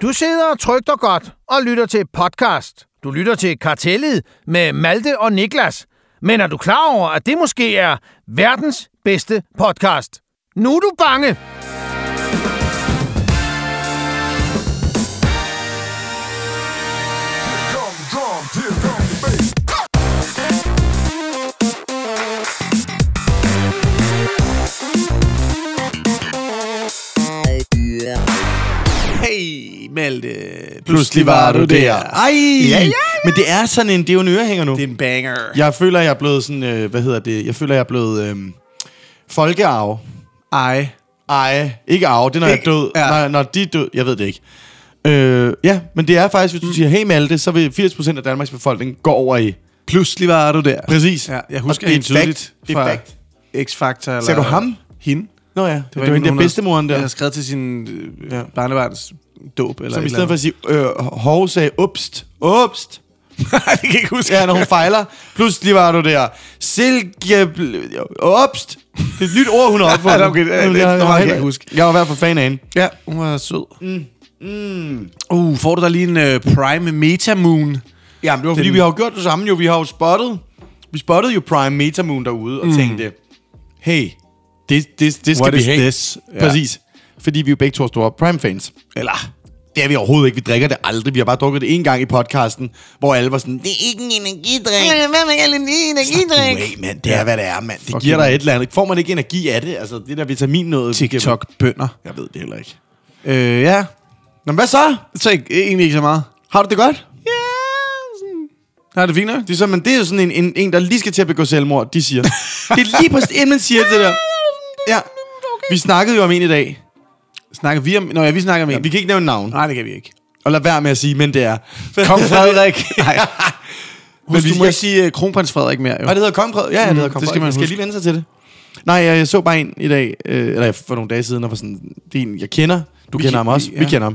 Du sidder trygt og godt og lytter til podcast. Du lytter til Kartellet med Malte og Niklas. Men er du klar over, at det måske er verdens bedste podcast? Nu er du bange! Hey, Malte. Pludselig var du der. Ej, ja. Men det er sådan en, det er jo en ørehænger nu. Det er en banger. Jeg føler, jeg er blevet sådan, Jeg føler, jeg er blevet folkearve. Ej, ikke arve, det er, når jeg er død. Ja. Når de er død, jeg ved det ikke. Ja, men det er faktisk, hvis du siger, hey Malte, så vil 80% af Danmarks befolkning gå over i. Pludselig var du der. Præcis. Ja, jeg husker helt tydeligt fra X-Factor. Ser du ham? Hende? Nå ja, det var hende der bedstemoren der. Jeg har skrevet til sin barnebarns dåb. Eller som i stedet for at sige, hov sagde, upst. det kan jeg ikke huske. Ja, når hun fejler. Pludselig var du der. Silke... Opst. Det er et nyt ord, hun har opfundet. Okay, det kan jeg huske. Jeg var i hvert fald fan af hende. Ja, hun var sød. Får du da lige en Prime Metamoon? Ja, men det var fordi, vi har jo gjort det samme jo. Vi har jo spottet... Vi spottede jo Prime Metamoon derude og tænkte, hey, det skal vi have. This? Ja. Præcis. Fordi vi jo begge to er store Prime-fans. Eller... Det er vi overhovedet ikke. Vi drikker det aldrig. Vi har bare drukket det en gang i podcasten, hvor alle var sådan, det er ikke en energidrik. Hvad med alle en energidrik? Hey, mand, det er, hvad det er, mand. Det giver dig et eller andet. Får man ikke energi af det? Altså, det der vitamin noget. TikTok-bønder. Jeg ved det heller ikke. Ja. Nå, hvad så? Så egentlig ikke så meget. Har du det godt? Ja. Har det fint nok? Det er jo sådan en, der lige skal til at begå selvmord, de siger. Det er lige præcis, inden man siger det der. Ja. Vi snakkede jo om en i dag. Snakker vi om... Nå ja, vi snakker om en. Vi kan ikke nævne navn. Nej, det kan vi ikke. Og lad være med at sige, men det er... Kong Frederik. Nej. Men du må ikke sige kronprins Frederik mere, jo. Nej, det hedder Kong Frederik. Ja, det hedder Kong Frederik. Skal lige vende sig til det? Nej, jeg så bare en i dag, eller for nogle dage siden, og var sådan, det er en, jeg kender. Du kender ham også. Vi kender ham.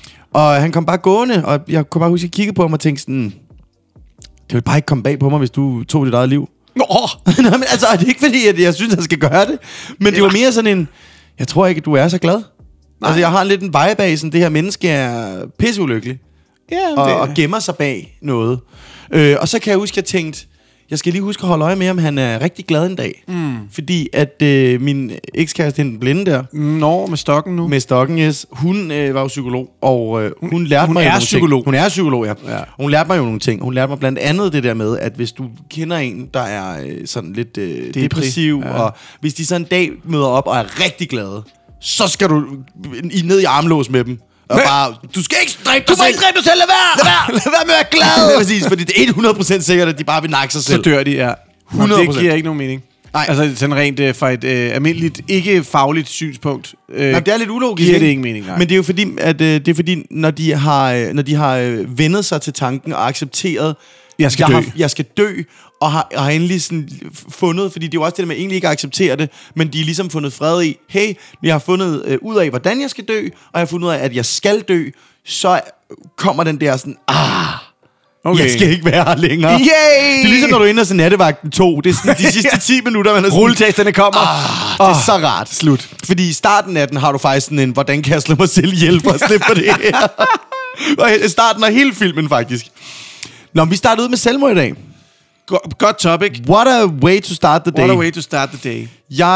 Og han kom bare gående, og jeg kunne bare huske, at jeg kiggede på ham og tænkte sådan, det ville bare ikke komme bag på mig, hvis du tog dit eget liv. Nå! Nej, men altså, det er ikke fordi, at jeg synes, han skal gøre det. Men det var mere sådan en, jeg tror ikke, du er så glad. Nej. Altså, jeg har lidt en vibe bag, sådan det her menneske er pisseulykkelig. Ja, og gemmer sig bag noget. Og så kan jeg huske, at jeg tænkte, jeg skal lige huske at holde øje med, om han er rigtig glad en dag. Fordi at min ekskæreste, den blinde der... Nå, med stokken nu. Med stokken, yes. Hun var jo psykolog, og hun lærte mig jo nogle psykolog. ting. Hun er psykolog, ja. Hun lærte mig jo nogle ting. Hun lærte mig blandt andet det der med, at hvis du kender en, der er sådan lidt depressiv, og hvis de så en dag møder op og er rigtig glade, så skal du ned i armlås med dem. Og bare, du skal ikke dræbe dig selv. Du må ikke dræbe dig selv, lad være med at være glad. Præcis, fordi det er 100% sikkert, at de bare vil nakke sig selv. Så dør de, ja. 100%. Det giver ikke nogen mening. Nej. Altså sådan rent fra et almindeligt, ikke fagligt synspunkt. Nej, det er lidt ulogisk. Giver det ikke mening, nej. Men det er jo fordi, at det er fordi, når de har vendet sig til tanken og accepteret, jeg skal dø, og har endelig sådan fundet, fordi det er jo også det der med egentlig ikke at acceptere det, men de er ligesom fundet fred i, hey, jeg har fundet ud af, hvordan jeg skal dø, og jeg har fundet ud af, at jeg skal dø, så kommer den der sådan, okay. Jeg skal ikke være her længere. Yay! Det er ligesom, når du ender til Nattevagten 2. Det er sådan de sidste 10 minutter, man er sådan... Rulleteksterne kommer. Det er så rart. Slut. Fordi i starten af den har du faktisk sådan en, hvordan kan jeg slå mig selv ihjel for at slippe på det her? Og starten af hele filmen, faktisk. Nå, vi startede ud med selvmord i dag. Godt topic. What a way to start the day. What a way to start the day.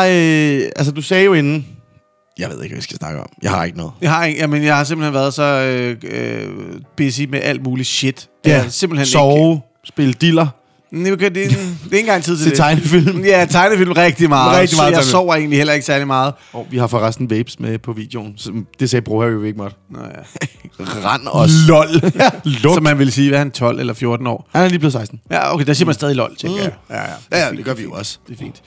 Altså, du sagde jo inden... Jeg ved ikke, hvad vi skal snakke om. Jeg har ikke noget. Jeg har simpelthen været så busy med alt muligt shit. Ja, simpelthen sove, spille diller. Det er ikke engang tid til det. Til tegnefilm. Ja, tegnefilm rigtig meget. Rigtig meget. Jeg sover egentlig heller ikke særlig meget. Vi har forresten vapes med på videoen. Det sagde bror jo ikke måtte. Nå ja. Rand os. LOL. Som man ville sige, hvad han 12 eller 14 år. Han er lige blevet 16. Ja, okay, der siger man stadig LOL, tænker jeg. Ja, det gør vi jo også. Det er fint.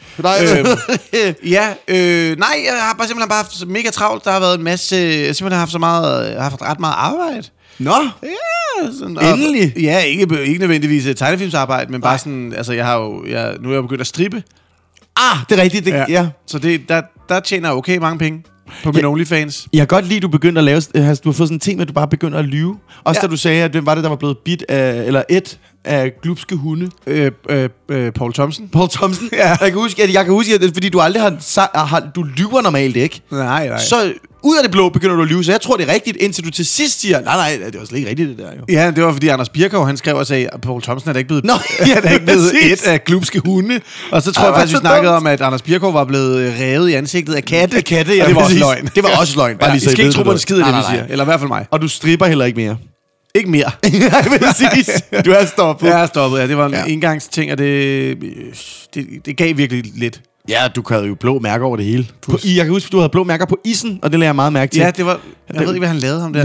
Nej, jeg har simpelthen bare haft mega travlt. Der har været en masse... Jeg simpelthen har haft ret meget arbejde. Nå. Ja, sådan, endelig. Ja, ikke nødvendigvis tegnefilmsarbejde, men bare sådan, altså nu er jeg begyndt at strippe. Det er rigtigt. Ja. Så der tjener jeg okay mange penge på min OnlyFans. Jeg kan godt lide, at du begyndte at lave, du har fået sådan en ting med, at du bare begynder at lyve. Også da du sagde, at hvem var det, der var blevet bidt af, eller af glupske hunde? Paul Thomsen. Paul Thomsen? Ja. Jeg kan huske, at det er, fordi du aldrig har... Du lyver normalt, ikke? Nej. Så ud af det blå begynder du at lyve, så jeg tror, det er rigtigt, indtil du til sidst siger, nej, det var slet ikke rigtigt, det der jo. Ja, det var fordi Anders Birkov, han skrev og sagde, at Paul Thomsen er da ikke blevet, et af glupske hunde. Og så tror jeg faktisk, vi snakkede om, at Anders Birkov var blevet revet i ansigtet af katte. Ja, og det var også løgn. Det var også løgn. Bare lige så I skal ikke tro på en skid, det vi siger. Eller i hvert fald mig. Og du stripper heller ikke mere. Ikke mere. Nej, præcis. Du er stoppet. Jeg er stoppet, ja. Det var en engangsting, og det gav virkelig lidt. Ja, du havde jo blå mærker over det hele. Jeg kan huske, at du havde blå mærker på isen, og det lagde jeg meget mærke til. Ja, det var... Jeg ved ikke, hvad han lavede ham der.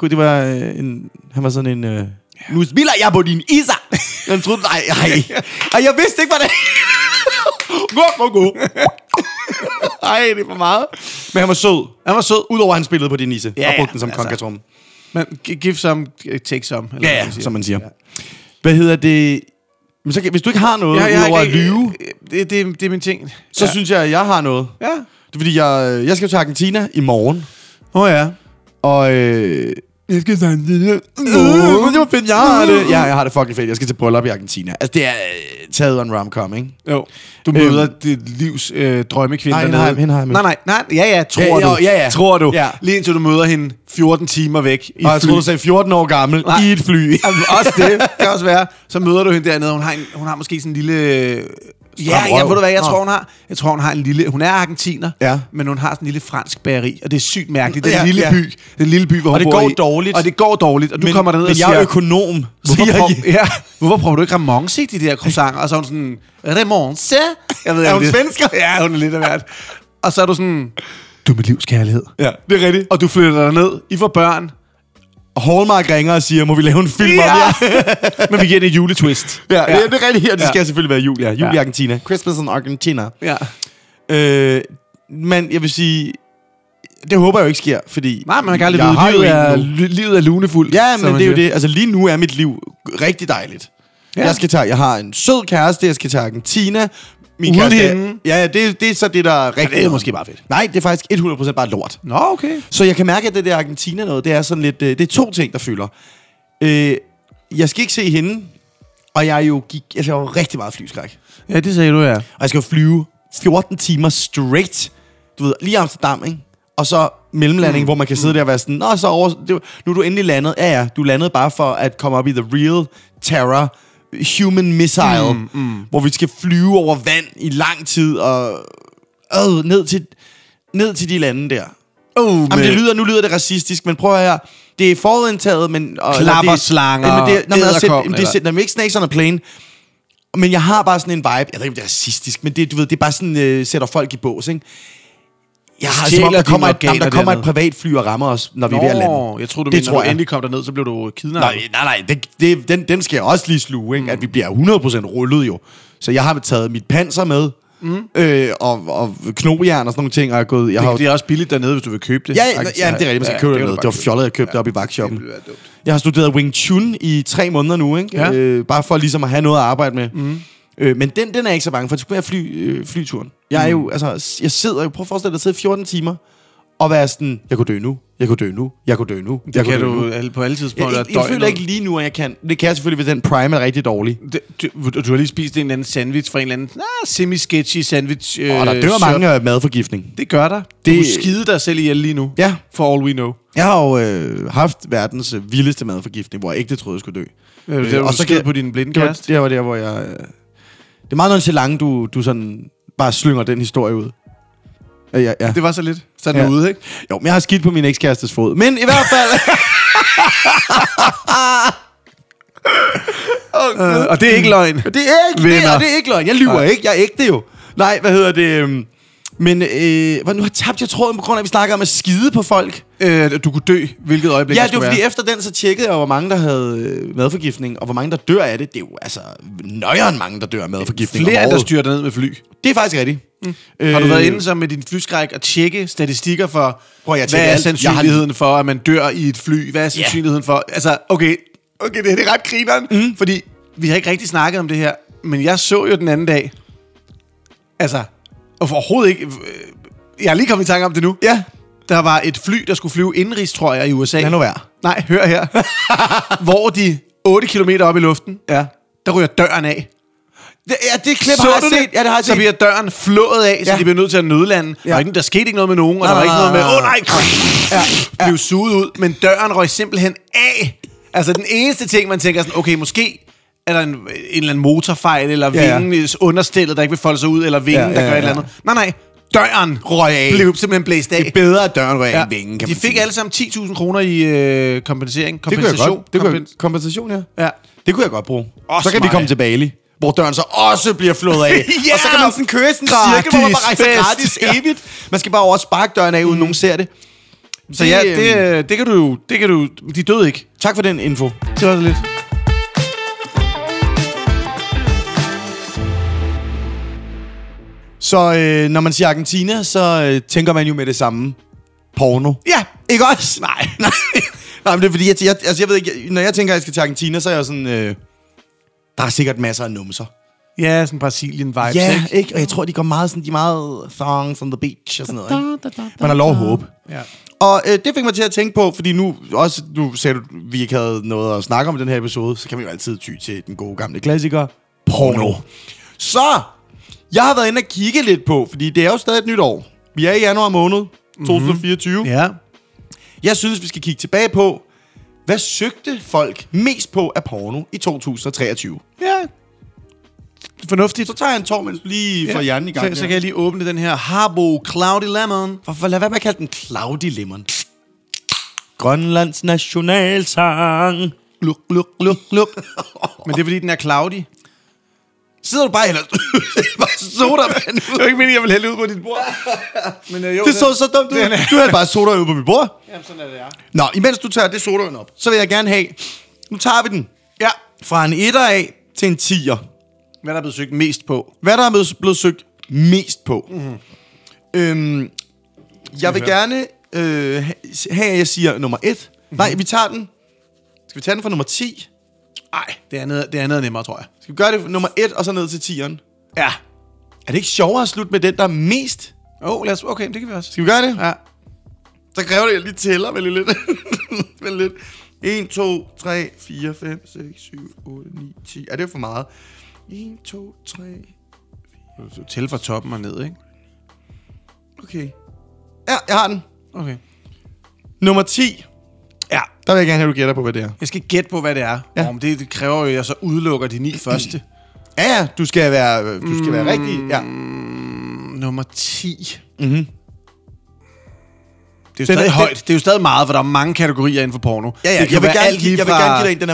Han var sådan en... Nu spiller jeg på din iser! Jeg troede, nej. Og jeg vidste ikke, hvad det... Gå. Ej, det er for meget. Men han var sød. Udover at han spillede på din isse. Og brugte den som konkatrum. Men give some, take some. Eller ja, som man siger. Ja. Hvad hedder det... Men så, hvis du ikke har noget udover at lyve... Det er min ting. Så synes jeg, at jeg har noget. Ja. Det er fordi, jeg skal til Argentina i morgen. Ja. Og... jeg skal til Argentina. Det var fedt, jeg har det. Ja, jeg har det fucking fedt. Jeg skal til bryllup i Argentina. Altså, det er taget en rom-com, ikke? Jo. Du møder dit livs drømmekvinde dernede. Hende har jeg mødt. Nej. Ja, tror du. Ja. Lige indtil du møder hende 14 timer væk i et fly. Og jeg troede, du sagde 14 år gammel i et fly. Også det kan også være. Så møder du hende dernede. Hun har måske sådan en lille... Ja, ved du hvad, jeg tror, hun har en lille... Hun er argentiner, men hun har sådan en lille fransk bageri, og det er sygt mærkeligt. Det er en lille by, hvor hun bor i. Og det går dårligt. Og du kommer derned og siger... Men jeg er økonom. Hvorfor prøver du ikke Ramonce i de der croissanter? Og så er hun sådan... Ramonce? Er hun svensker? Ja, hun er lidt af hvert. Og så er du sådan... Du er mit livs kærlighed. Ja, det er rigtigt. Og du flytter dig ned. I får børn. Hallmark ringer og siger, må vi lave en film om jer? Men vi giver det et juletwist. Ja, det er rigtigt her. Det skal selvfølgelig være jul, ja. Jul i Argentina. Christmas in Argentina. Ja. Men jeg vil sige, det håber jeg jo ikke sker, fordi... Nej, man kan aldrig vide, livet er lunefuldt. Ja, men det er jo det. Altså lige nu er mit liv rigtig dejligt. Ja. Jeg har en sød kæreste, jeg skal til Argentina. Min uden hende? Ja, det er så det, der er rigtigt. Det er måske bare fedt. Nej, det er faktisk 100% bare lort. Nå, okay. Så jeg kan mærke, at det der Argentina noget, det er sådan lidt... Det er to ting, der fylder. Jeg skal ikke se hende, og jeg er jo rigtig meget flyskræk. Ja, det sagde du, ja. Og jeg skal jo flyve 14 timer straight. Du ved, lige Amsterdam, ikke? Og så mellemlanding, hvor man kan sidde der og være sådan... Nå, så nu er du endelig landet. Ja, du landede bare for at komme op i the real terror... Human missile, hvor vi skal flyve over vand i lang tid og ned til de lande der. Jamen, nu lyder det racistisk, men prøv at høre. Det er forudindtaget, men... Klapperslanger, det er ikke snakes on a plane. Men jeg har bare sådan en vibe. Jeg ved ikke, om det er racistisk, men det er bare sådan, sætter folk i bås, ikke? Ja, der kommer et privatfly og rammer os, når vi er ved at lande. Jeg tror, når du endelig kom derned, så blev du kidnappet. Nej, den skal jeg også lige sluge, ikke? At vi bliver 100% rullet jo. Så jeg har taget mit panser med, og knogjern og sådan nogle ting. Og det er også billigt dernede, hvis du vil købe det. Ja, det er rigtigt, man skal købe det med. Det var fjollet, jeg købte det op i vagtshoppen. Jeg har studeret Wing Chun i 3 måneder nu, ikke? Ja. Bare for ligesom at have noget at arbejde med. Men den er jeg ikke så bange for. Det skulle være flyturen. Jeg er jo, jeg sidder jo, prøv at forestille dig at sidde 14 timer og være sådan, jeg kunne dø nu. Det kan du på alle tidspunkter. Jeg føler ikke lige nu, at jeg kan. Det kan jeg selvfølgelig, hvis den prime er rigtig dårlig. Du har lige spist en eller anden sandwich fra en eller anden semi-sketchy sandwich. Og der dør mange af madforgiftning. Det gør der. Du kunne skide dig selv ihjel lige nu. Ja. For all we know. Jeg har jo haft verdens vildeste madforgiftning, hvor jeg ikke troede, jeg skulle dø. Og så skide på din blinde kæreste. Det var der, hvor jeg... Det er meget nonchalant, du sådan bare slynger den historie ud. Ja. Det var så lidt. Så er den ude, ikke? Jo, men jeg har skidt på min ekskærestes fod. Men i hvert fald... og det er ikke løgn. Det er ikke løgn. Jeg lyver ikke. Jeg er ægte jo. Nej, hvad hedder det... Men nu har tabt jeg tråden på grund af, at vi snakker om at skide på folk. Du kunne dø, hvilket øjeblik det var fordi efter den, så tjekkede jeg, hvor mange der havde madforgiftning, og hvor mange der dør af det. Det er jo nøjere end mange, der dør af madforgiftning. Flere end der styrter ned med fly. Det er faktisk rigtigt. Har du været inde så med din flyskræk og tjekke statistikker for, hvad er sandsynligheden for, at man dør i et fly? Hvad er sandsynligheden for... Altså, okay, det er ret grineren, fordi vi har ikke rigtig snakket om det her, men jeg så jo den anden dag, altså... Og overhovedet ikke... Jeg har lige kommet i tanke om det nu. Ja. Der var et fly, der skulle flyve indenrigs, tror jeg, i USA. Lad nu være. Nej, hør her. Hvor de 8 kilometer op i luften, der ryger døren af. Det klip har jeg set. Ja, det har jeg set. Så bliver døren flået af, så de bliver nødt til at nødlande. Ja. Der skete ikke noget med nogen, og der var ikke noget med, blev suget ud, men døren røg simpelthen af. Altså den eneste ting, man tænker sådan, okay, måske er der en eller anden motorfejl, eller vingen understillet, der ikke vil folde sig ud, eller vingen, der gør et eller andet. Nej. Døren røg af. Blev simpelthen blæst af. Det er bedre, at døren røg af end vingen, kan man sige. De fik alle sammen 10.000 kroner i kompensation. Kompensation, ja. Det kunne jeg godt bruge. Så kan vi komme til Bali, hvor døren så også bliver flået af. Og så kan man sådan køre sådan en cirkel, hvor man bare rejser gratis evigt. Man skal bare over sparke døren af, uden nogen ser det. Så det kan du... De døde ikke. Tak for den info. Det var så lidt. Så når man siger Argentina, så tænker man jo med det samme. Porno. Ja. Ikke også? Nej. Nej, men det er fordi, jeg ved ikke, når jeg tænker, at jeg skal til Argentina, så er jeg sådan, der er sikkert masser af numser. Ja, sådan Brasilien-vibes, ja, ikke? Og jeg tror, de går meget sådan, de er meget thongs on the beach og sådan noget, ikke? Man har lov at håbe. Ja. Og det fik mig til at tænke på, fordi nu sagde du, vi ikke havde noget at snakke om i den her episode, så kan vi jo altid ty til den gode gamle klassiker, porno. Så, jeg har været inde og kigge lidt på, fordi det er jo stadig et nyt år. Vi er i januar måned 2024. Ja. Jeg synes, vi skal kigge tilbage på, hvad søgte folk mest på af porno i 2023? Ja, fornuftigt. Så tager jeg en tår, mens du lige får hjernen i gang. Så kan jeg lige åbne den her Harbo Cloudy Lemon. Lad være med at kalde den Cloudy Lemon. Grønlands nationalsang. Luk. Men det er fordi, den er cloudy. Sidder du bare eller bare sodavand ud? Det er ikke meningen, jeg vil hælde ud på dit bord. Men, jo, det så dumt ud. Du hælder bare sodavand ud på mit bord. Jamen, sådan er det, ja. Nå, imens du tager det sodavand op, så vil jeg gerne have... Nu tager vi den. Ja. Fra en 1'er af til en 10'er. Hvad der er blevet søgt mest på? Hvad der er blevet søgt mest på? Jeg vil gerne have, at jeg siger nummer 1. Nej, vi tager den. Skal vi tage den fra nummer 10? Nej, det er noget nemmere, tror jeg. Skal vi gøre det fra nummer 1 og så ned til 10'eren? Ja. Er det ikke sjovere at slutte med den, der er mest? Okay, det kan vi også. Skal vi gøre det? Ja. Så kræver det, at jeg lige tæller vel lidt. Vel lidt. 1, 2, 3, 4, 5, 6, 7, 8, 9, 10. Er det for meget? 1, 2, 3, 4. Du tæller fra toppen og ned, ikke? Okay. Ja, jeg har den. Okay. Nummer 10. Ja. Der vil jeg gerne have, at du gætter på, hvad det er. Jeg skal gætte på, hvad det er. Ja. Men det kræver jo, at jeg så udelukker de 9 første. Ja, du skal være rigtig. Ja. Nummer 10. Mhm. Det er jo stadig højt. Det er jo stadig meget, for der er mange kategorier inden for porno. Ja, jeg vil gerne give dig en.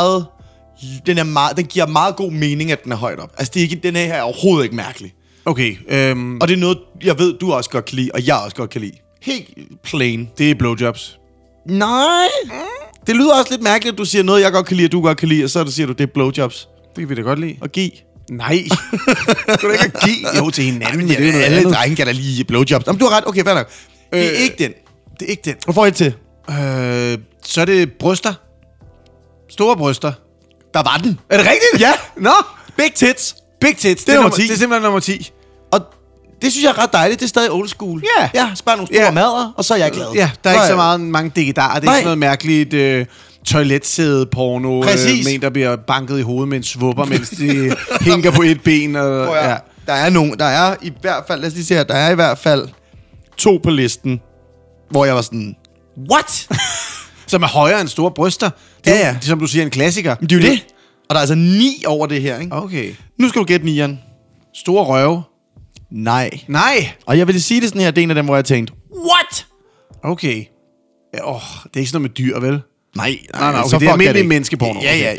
Den giver meget god mening, at den er højt op. Altså, den her er overhovedet ikke mærkelig. Okay. Og det er noget, jeg ved, du også godt kan lide, og jeg også godt kan lide. Helt plain. Det er blowjobs. Nej. Det lyder også lidt mærkeligt, at du siger noget, jeg godt kan lide, og du godt kan lide, og så siger du, det er blowjobs. Det kan vi da godt lide. Og give. Nej. Skal du ikke give? Jo, til hinanden. Men det er alle drenge kan da lige blowjobs. Jamen, du har ret. Okay, fair nok. Det er ikke den. Det er ikke den. Hvor får I til? Så er det bryster. Store bryster. Der var den. Er det rigtigt? Ja. Nå. Big tits. Big tits. Det er nummer 10. Det er simpelthen nummer 10. Og det synes jeg er ret dejligt. Det er stadig old school. Ja. Ja, spær nogle store madder, og så er jeg glad. Ja, der er ikke så mange digitarer. Det er ikke sådan noget mærkeligt toiletsæde porno. Præcis. Med en, der bliver banket i hovedet med en svupper, mens de hænger på et ben. Og, ja. Der er i hvert fald, lad os lige se her, der er i hvert fald 2 på listen, hvor jeg var sådan, what? Som er højere end store bryster. Det er jo, som du siger, en klassiker. Men det er jo det. Og der er altså 9 over det her, ikke? Okay. Nu skal du gætte 9'eren. Store røve. Nej. Og jeg vil sige det sådan her, det er en af dem, hvor jeg tænkte, what? Okay. Ja, det er ikke sådan noget med dyr, vel? Nej, okay. Det er almindelig menneskeporno. Ja.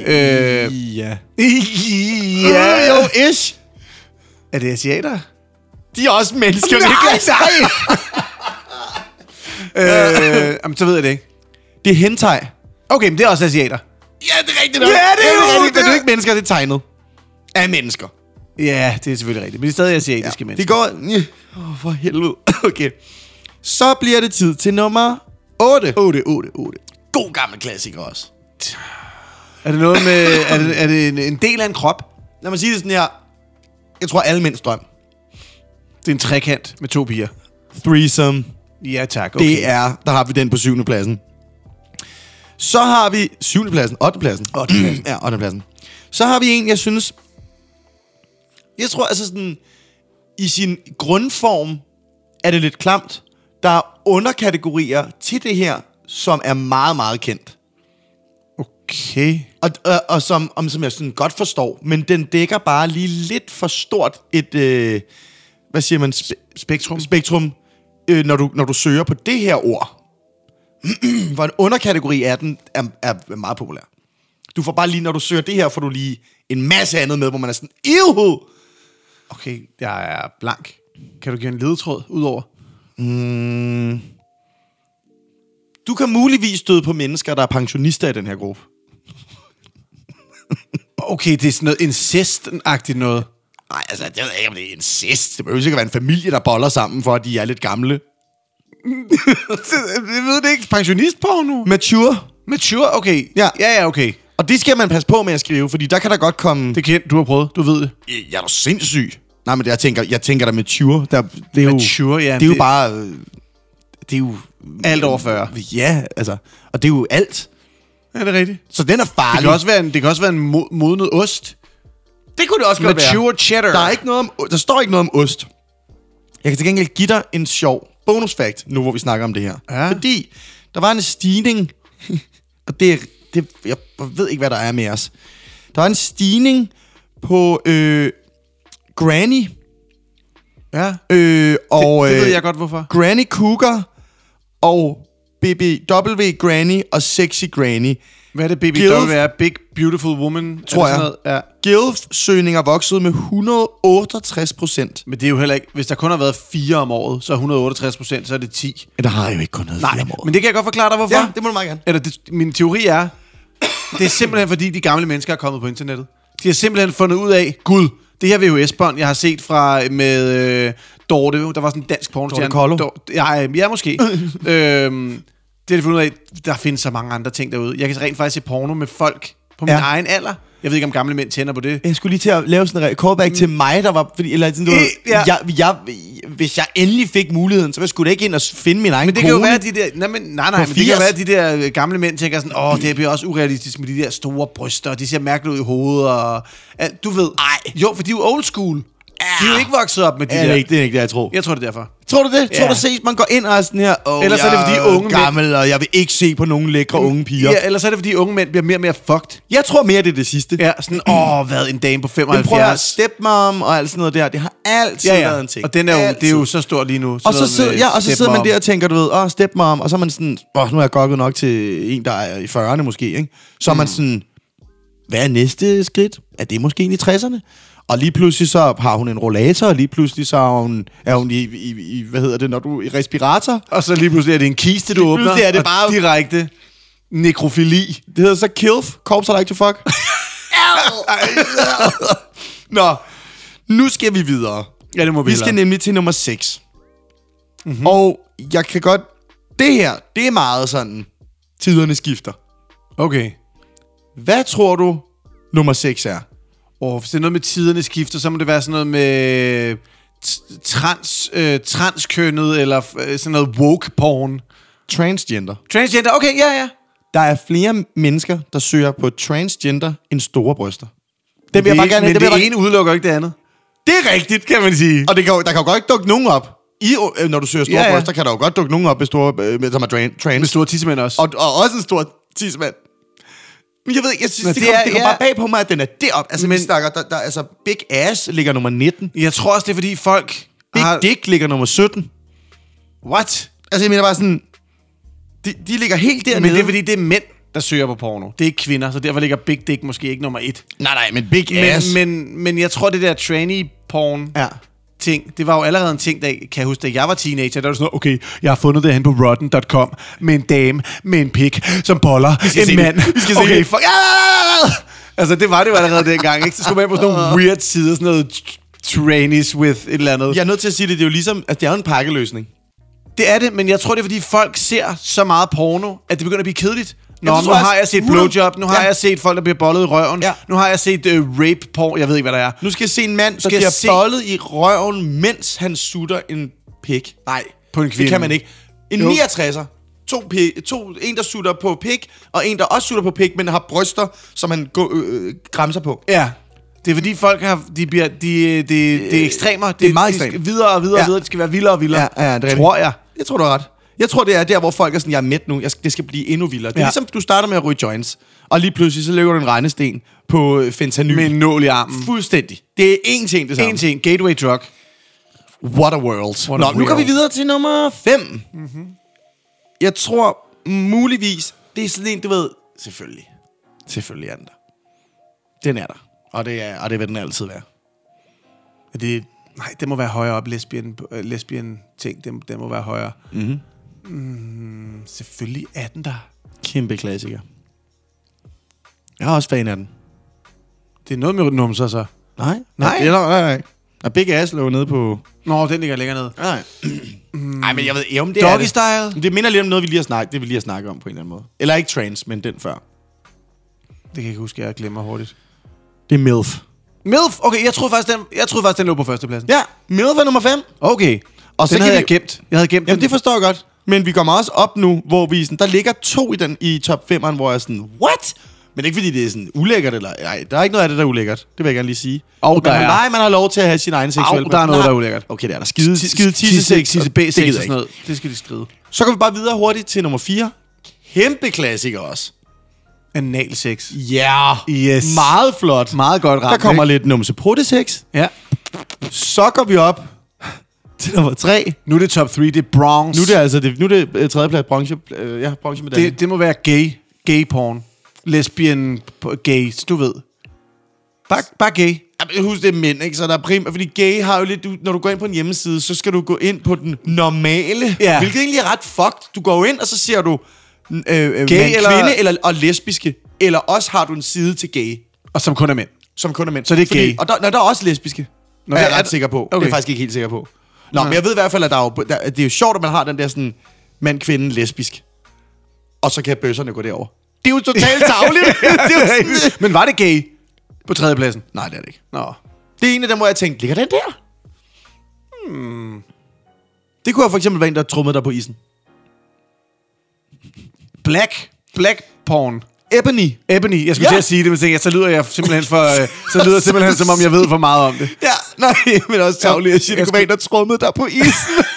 Ja. Jo, ish. Er det asiater? De er også mennesker, Nej. Så ved jeg det ikke. Det er hentai. Okay, men det er også asiater. Ja, det er rigtigt. Ja, det er rigtigt. Men det er ikke mennesker, det er tegnet. Af mennesker. Ja, det er selvfølgelig rigtigt. Men det er stadig asiatiske mennesker. Det går... for helvede. Okay. Så bliver det tid til nummer 8. 8. God gammel klassiker også. Er det noget med... er det en del af en krop? Lad mig sige det sådan her. Jeg tror, alle mænds drøm. Det er en trekant med 2 piger. Threesome. Ja, tak. Okay. Det er... Der har vi den på 7. pladsen. Så har vi 7. pladsen. 8. pladsen. 8. pladsen. Ja, 8. pladsen. Så har vi en, jeg synes... Jeg tror, altså sådan... I sin grundform er det lidt klamt. Der er underkategorier til det her, som er meget, meget kendt. Okay. Og som jeg sådan godt forstår, men den dækker bare lige lidt for stort et... hvad siger man? Spektrum, når du søger på det her ord. Hvor en underkategori af den er meget populær. Du får bare lige, når du søger det her, får du lige en masse andet med, hvor man er sådan... Ew! Okay, jeg er blank. Kan du give en ledetråd udover? Du kan muligvis støde på mennesker, der er pensionister i den her gruppe. Okay, det er sådan noget incest-agtigt noget. Nej, altså, det ved jeg ikke, om det er incest. Det behøver ikke være en familie, der boller sammen, for at de er lidt gamle. Jeg ved det ikke. Pensionistporno? Mature, okay. Ja, okay. Og det skal man passe på med at skrive, fordi der kan der godt komme... Det kan du har prøvet, du ved det. Jeg er da sindssyg. Nej, men jeg tænker der mature. Det er mature, ja. Det er jo bare... Det er jo... Alt over 40. Ja, altså... Og det er jo alt. Ja, det er rigtigt. Så den er farlig. Det kan også være en modnet ost. Det kunne det også godt være. Mature cheddar. Der står ikke noget om ost. Jeg kan til gengæld give dig en sjov bonus fact, nu hvor vi snakker om det her. Ja. Fordi der var en stigning, og jeg ved ikke, hvad der er med os. Der var en stigning på Granny. Ja. Og, det ved jeg godt, hvorfor. Granny Cougar og BBW Granny og Sexy Granny. Hvad er det, BBW er? Big Beautiful Woman? Tror jeg. Ja. Gilf-søgninger voksede med 168%. Men det er jo heller ikke... Hvis der kun har været 4 om året, så er 168%, så er det 10. Ja, der har jo ikke kun været 4 om året. Men det kan jeg godt forklare dig, hvorfor. Ja, det må du meget gerne. Eller min teori er, det er simpelthen fordi, de gamle mennesker er kommet på internettet. De har simpelthen fundet ud af, gud, det her VHS-bånd, jeg har set fra med Dorte, der var sådan en dansk pornostjerne. Ja, måske. Det har de fundet ud af, der findes så mange andre ting derude. Jeg kan rent faktisk se porno med folk på min egen alder. Jeg ved ikke, om gamle mænd tænder på det. Jeg skulle lige til at lave sådan en callback til mig, der var... Fordi, eller sådan, hvis jeg endelig fik muligheden, så skulle jeg ikke ind og finde min egen kone. Men det kan jo være, de der... Nej, men det kan jo være, de der gamle mænd tænker sådan, det bliver også urealistisk med de der store bryster, og de ser mærkeligt ud i hovedet, og... Du ved... Jo, for de er jo old school. De er jo ikke vokset op med de der... Det er ikke det, jeg tror. Jeg tror det derfor. Tror du det? Ja. Tror du ses, man går ind og er sådan her... Ellers er det, fordi unge gammel, mænd... og jeg vil ikke se på nogen lækre unge piger. Ja, ellers er det, fordi unge mænd bliver mere og mere fucked. Jeg tror mere, det er det sidste. Ja, sådan, hvad en dame på 75. Men prøv at stepmom og alt sådan noget der. Det har altid været en ting. Og den er jo, det er jo så stort lige nu. Og så sidder man der og tænker, du ved, stepmom, og så er man sådan, nu har jeg gokket nok til en, der er i 40'erne måske, ikke? Så er man sådan, hvad er næste skridt? Er det måske i 60'erne? Og lige pludselig så har hun en rollator, og lige pludselig så er hun i hvad hedder det, når du i respirator. Og så lige pludselig er det en kiste, du åbner, er det bare direkte nekrofili. Det hedder så KILF, Corpse I Like to Fuck. Nå, nu skal vi videre. Ja, det må vi skal nemlig til nummer 6. Mm-hmm. Og jeg kan godt... Det her, det er meget sådan, tiderne skifter. Okay. Hvad tror du, nummer 6 er? Hvis det er noget med tiderne skifter, så må det være sådan noget med transkønnet, eller sådan noget woke porn. Transgender, okay, ja. Der er flere mennesker, der søger på transgender end store bryster. Det vil jeg bare gerne have. Men det ene udelukker ikke det andet. Det er rigtigt, kan man sige. Og der kan jo godt ikke dukke nogen op. Når du søger store bryster, kan der jo godt dukke nogen op med store, som er trans. Med store tissemænd også. Og også en stor tissemand. Men jeg ved ikke, jeg synes, det kommer bare bag på mig, at den er deroppe. Altså, men snakker, altså, Big Ass ligger nummer 19. Jeg tror også, det er fordi folk... Big Dick ligger nummer 17. What? Altså, jeg mener bare sådan... De ligger helt dernede. Men det er fordi, det er mænd, der søger på porno. Det er ikke kvinder, så derfor ligger Big Dick måske ikke nummer 1. Nej, men Big Ass... Men jeg tror, det der tranny-porn... Ja. Ting. Det var jo allerede en ting, der kan jeg huske, da jeg var teenager, der var sådan, okay, jeg har fundet det hen på rotten.com med en dame med en pik, som boller en mand. Vi skal se det. Fuck. Altså, det var det jo allerede dengang, ikke? Så skulle man ind på sådan nogle weird sider, sådan noget trannies with et eller andet. Jeg er nødt til at sige det, det er jo ligesom, at det er en pakkeløsning. Det er det, men jeg tror, det er, fordi folk ser så meget porno, at det begynder at blive kedeligt. Nu har jeg set blowjob, nu har jeg set folk, der bliver bollet i røven, nu har jeg set rape porn, jeg ved ikke, hvad der er. Nu skal jeg se en mand, der bliver bollet i røven, mens han sutter en pik. Nej, på en kvinde. Det kan man ikke. En 69'er. en, der sutter på pik, og en, der også sutter på pik, men har bryster, som han græmser på. Ja. Det er fordi folk har... Det er ekstremer. Det er meget ekstremt. Videre og videre og videre. Det skal være vildere og vildere. Ja, det tror jeg. Jeg tror, du har ret. Jeg tror, det er der, hvor folk er sådan, jeg er mæt nu. Det skal blive endnu vildere. Det er ligesom, du starter med at ryge joints, og lige pludselig så lægger du en regnesten på fentanyl. Med en nål i armen. Fuldstændig. Det er én ting, det samme. En ting. Gateway drug. What a world. Nu går vi videre til nummer 5. Mm-hmm. Jeg tror muligvis, det er sådan en, du ved, selvfølgelig er den der. Den er der. Og det vil den altid være. Nej, det må være højere op, lesbian ting, det må være højere. Selvfølgelig er den der. Kæmpe klassiker. Jeg er også fan af den. Det er noget med numser, så. Nej. Og Big Ass lå nede på... Nå, den ligger længere nede. Nej, men jeg ved om det Doggy Style. Det minder lidt om noget, vi lige har snakket om på en eller anden måde. Eller ikke trans, men den før. Det kan jeg ikke huske, jeg glemmer hurtigt. Det er MILF. MILF? Okay, jeg troede faktisk, den lå på førstepladsen. Ja, MILF er nummer 5. Okay. Og den havde jeg gemt. Jeg havde gemt den. Det forstår jeg godt. Men vi kommer også op nu, hvor vi sådan, der ligger 2 i top 5'eren, hvor jeg er sådan, what? Men ikke fordi det er sådan ulækkert, eller... Nej, der er ikke noget af det, der er ulækkert. Det vil jeg gerne lige sige. Nej, man har lov til at have sin egen seksuelle... der er noget, der er ulækkert. Okay, det er der. Skide tisse-sex. Tisse-b-sex og sådan noget. Det skal de skrive. Så går vi bare videre hurtigt til nummer 4. Kæmpe klassiker også. Analsex. Ja. Yes. Meget flot. Meget godt ramt. Der kommer lidt numse-prutte-sex. Ja. Så går vi op til nummer 3. Nu er det top 3, det er Bronx. Nu er det tredjeplads bronzemedalje. Det må være gay porn. Lesbian gays, du ved. Bare gay. Husk, det er mænd, ikke? Så der er fordi gay har jo lidt... Når du går ind på en hjemmeside, så skal du gå ind på den normale. Ja. Hvilket egentlig er ret fucked. Du går ind, og så ser du gay kvinde og lesbiske. Eller også har du en side til gay. Og som kun er mænd. Så det er gay. Og der er også lesbiske. Nå, jeg er ret sikker på. Okay. Det er jeg faktisk ikke helt sikker på. Nå, men jeg ved i hvert fald, at det er jo sjovt, at man har den der sådan mand, kvinde, lesbisk. Og så kan bøsserne gå derover. Det er jo totalt tarveligt. Men var det gay på tredjepladsen? Nej, det er det ikke. Nå. Det er en af dem, hvor jeg tænkte, ligger den der? Det kunne for eksempel være en, der trummede der på isen. Black porn. Ebony. Jeg skulle til at sige det, men tænkte, så lyder jeg simpelthen som om jeg ved for meget om det. Ja, nej, men også tarveligt at sige, det kunne være en, der trummede der på isen.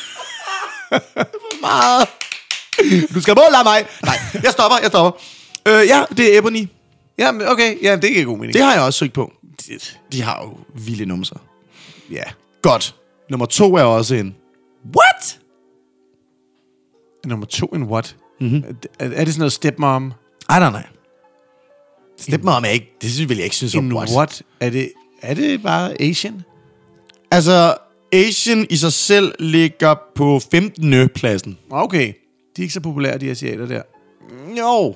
For meget. Du skal måle af mig. Nej, jeg stopper. Ja, det er Ebony. Ja, okay. Ja, det giver god mening. Det har jeg også søgt på. De har jo vilde numser. Ja. Godt. Nummer 2 er også en... What? Nummer 2 en what? Mm-hmm. Er det sådan noget stepmom? Nej. Stepmom er ikke... Det synes jeg ikke synes om what? Er det bare Asian? Altså, Asian i sig selv ligger på 15. pladsen. Okay. De er ikke så populære, de asiater der. Jo.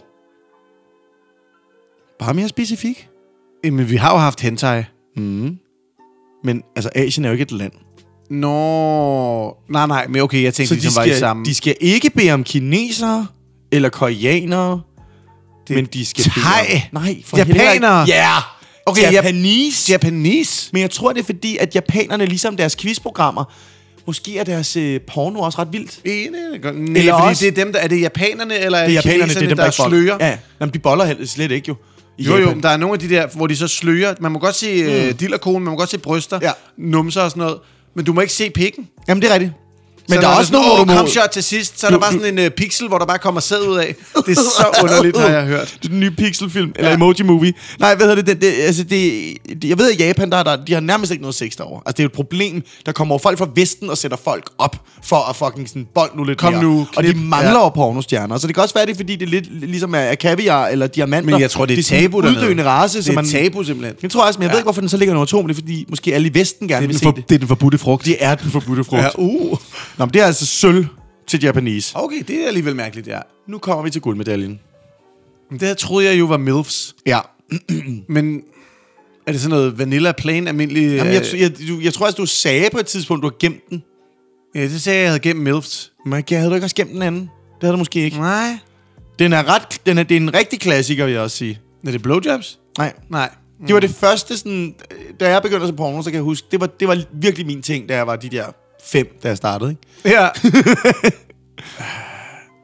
Bare mere specifik. Men vi har jo haft hentai. Men altså, Asien er jo ikke et land. Nå. Nej, men okay, jeg tænkte, de var i sammen. De skal ikke bede om kinesere eller koreanere, men de skal bede om... Nej, for japanere. Ja. Yeah. Okay, Japanese. Men jeg tror, det er fordi, at japanerne, ligesom deres quizprogrammer, måske er deres porno også ret vildt. Eller også... det er dem, der... Er det japanerne, eller er det japanerne, det er dem, der slører? Ja, jamen, de boller slet ikke jo. Jo, der er nogle af de der, hvor de så slører. Man må godt se dillerkonen, man må godt se bryster, numser og sådan noget. Men du må ikke se pikken. Jamen, det er rigtigt. Men der er også nogle, hvor du come shot til sidst, så er der bare sådan en pixel, hvor der bare kommer sæd ud af. Det er så underligt, har jeg hørt. Det er den nye pixelfilm, eller emoji-movie. Nej, hvad hedder det? Jeg ved, at Japan, de har nærmest ikke noget sex derovre. Altså, det er jo et problem. Der kommer folk fra Vesten og sætter folk op for at fucking sådan bold nu lidt mere. Nu, og de mangler jo pornostjerner. Så det kan også være, det fordi det er lidt ligesom er kaviar eller diamanter. Men jeg tror, det er tabu dernede. Uddøende race. Det er tabu simpelthen. Jeg tror også, men jeg ved ikke, hvorfor den så ligger nummer 2, men det er fordi, måske alle i Vesten gerne vil se det. Det er den forbudte frugt. Det er den forbudte frugt. Ja, Nå, men det er altså sølv til Japanese. Okay, det er alligevel mærkeligt, ja. Nu kommer vi til guldmedaljen. Det her troede jeg jo var MILFs. Ja. Men er det sådan noget vanilla plain almindelig... Jamen, jeg tror, at du sagde på et tidspunkt, du har gemt den. Ja, det sagde jeg havde gemt MILFs. Men havde du ikke også gemt den anden? Det havde du måske ikke. Nej. Det er en rigtig klassiker, vil jeg også sige. Er det blowjobs? Nej. Mm. Det var det første, sådan, da jeg begyndte at se porno, så kan jeg huske, det var virkelig min ting, da jeg var de der 5, da jeg startede, ikke? Ja.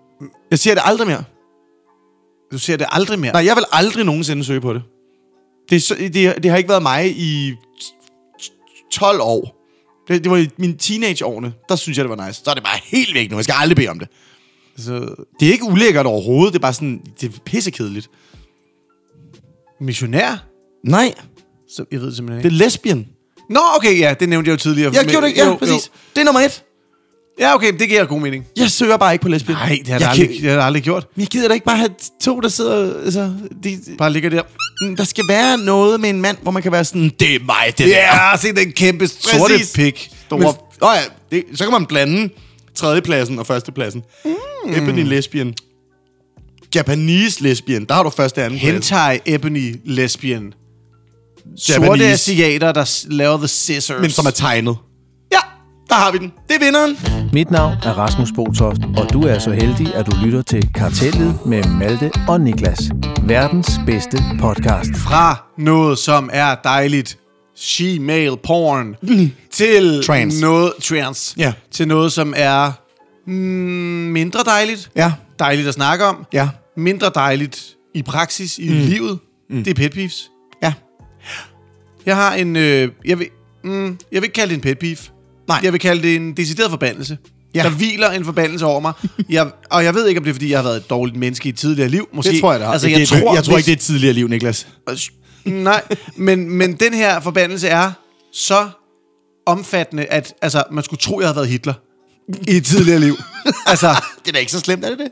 Jeg siger det aldrig mere. Du ser det aldrig mere? Nej, jeg vil aldrig nogensinde søge på det. Det har ikke været mig i 12 år. Det var i mine teenageårene. Der synes jeg, det var nice. Så er det bare helt væk nu. Jeg skal aldrig bede om det. Så det er ikke ulækkert overhovedet. Det er bare sådan, det er pissekedeligt. Missionær? Nej. Så jeg ved det simpelthen ikke. Det er lesbian. Nå, okay, ja, det nævnte jeg jo tidligere. Jeg gjorde det, ja, præcis. Jo. Det er nummer 1. Ja, okay, det giver god mening. Jeg søger bare ikke på lesbian. Nej, det har jeg aldrig gjort. Men jeg gider da ikke bare have 2, der sidder... Altså, bare ligger der. Der skal være noget med en mand, hvor man kan være sådan, det er mig, det der. Ja, se den kæmpe sorte pik. Så kan man blande 3. pladsen og 1. pladsen. Ebony lesbian. Japanese lesbian. Der har du 1. og 2. plads. Hentai ebony lesbian. Sorte asiater, der laver The Scissors. Men som er tegnet. Ja, der har vi den. Det er vinderen. Mit navn er Rasmus Botoft, og du er så heldig, at du lytter til Kartellet med Malte og Niklas. Verdens bedste podcast. Fra noget, som er dejligt, she-male porn, til noget trans. Ja. Til noget, som er mindre dejligt. Ja. Dejligt at snakke om. Ja. Mindre dejligt i praksis, i livet. Det er pet peeves. Ja. Jeg har en... jeg vil ikke kalde det en pet peeve. Nej. Jeg vil kalde det en decideret forbandelse. Ja. Der hviler en forbandelse over mig. Og jeg ved ikke, om det er, fordi jeg har været et dårligt menneske i et tidligere liv. Måske. Det tror jeg da. Altså, jeg tror ikke, det er et tidligere liv, Niklas. Nej, men den her forbandelse er så omfattende, at altså, man skulle tro, jeg havde været Hitler i et tidligere liv. Altså, det er da ikke så slemt, er det det?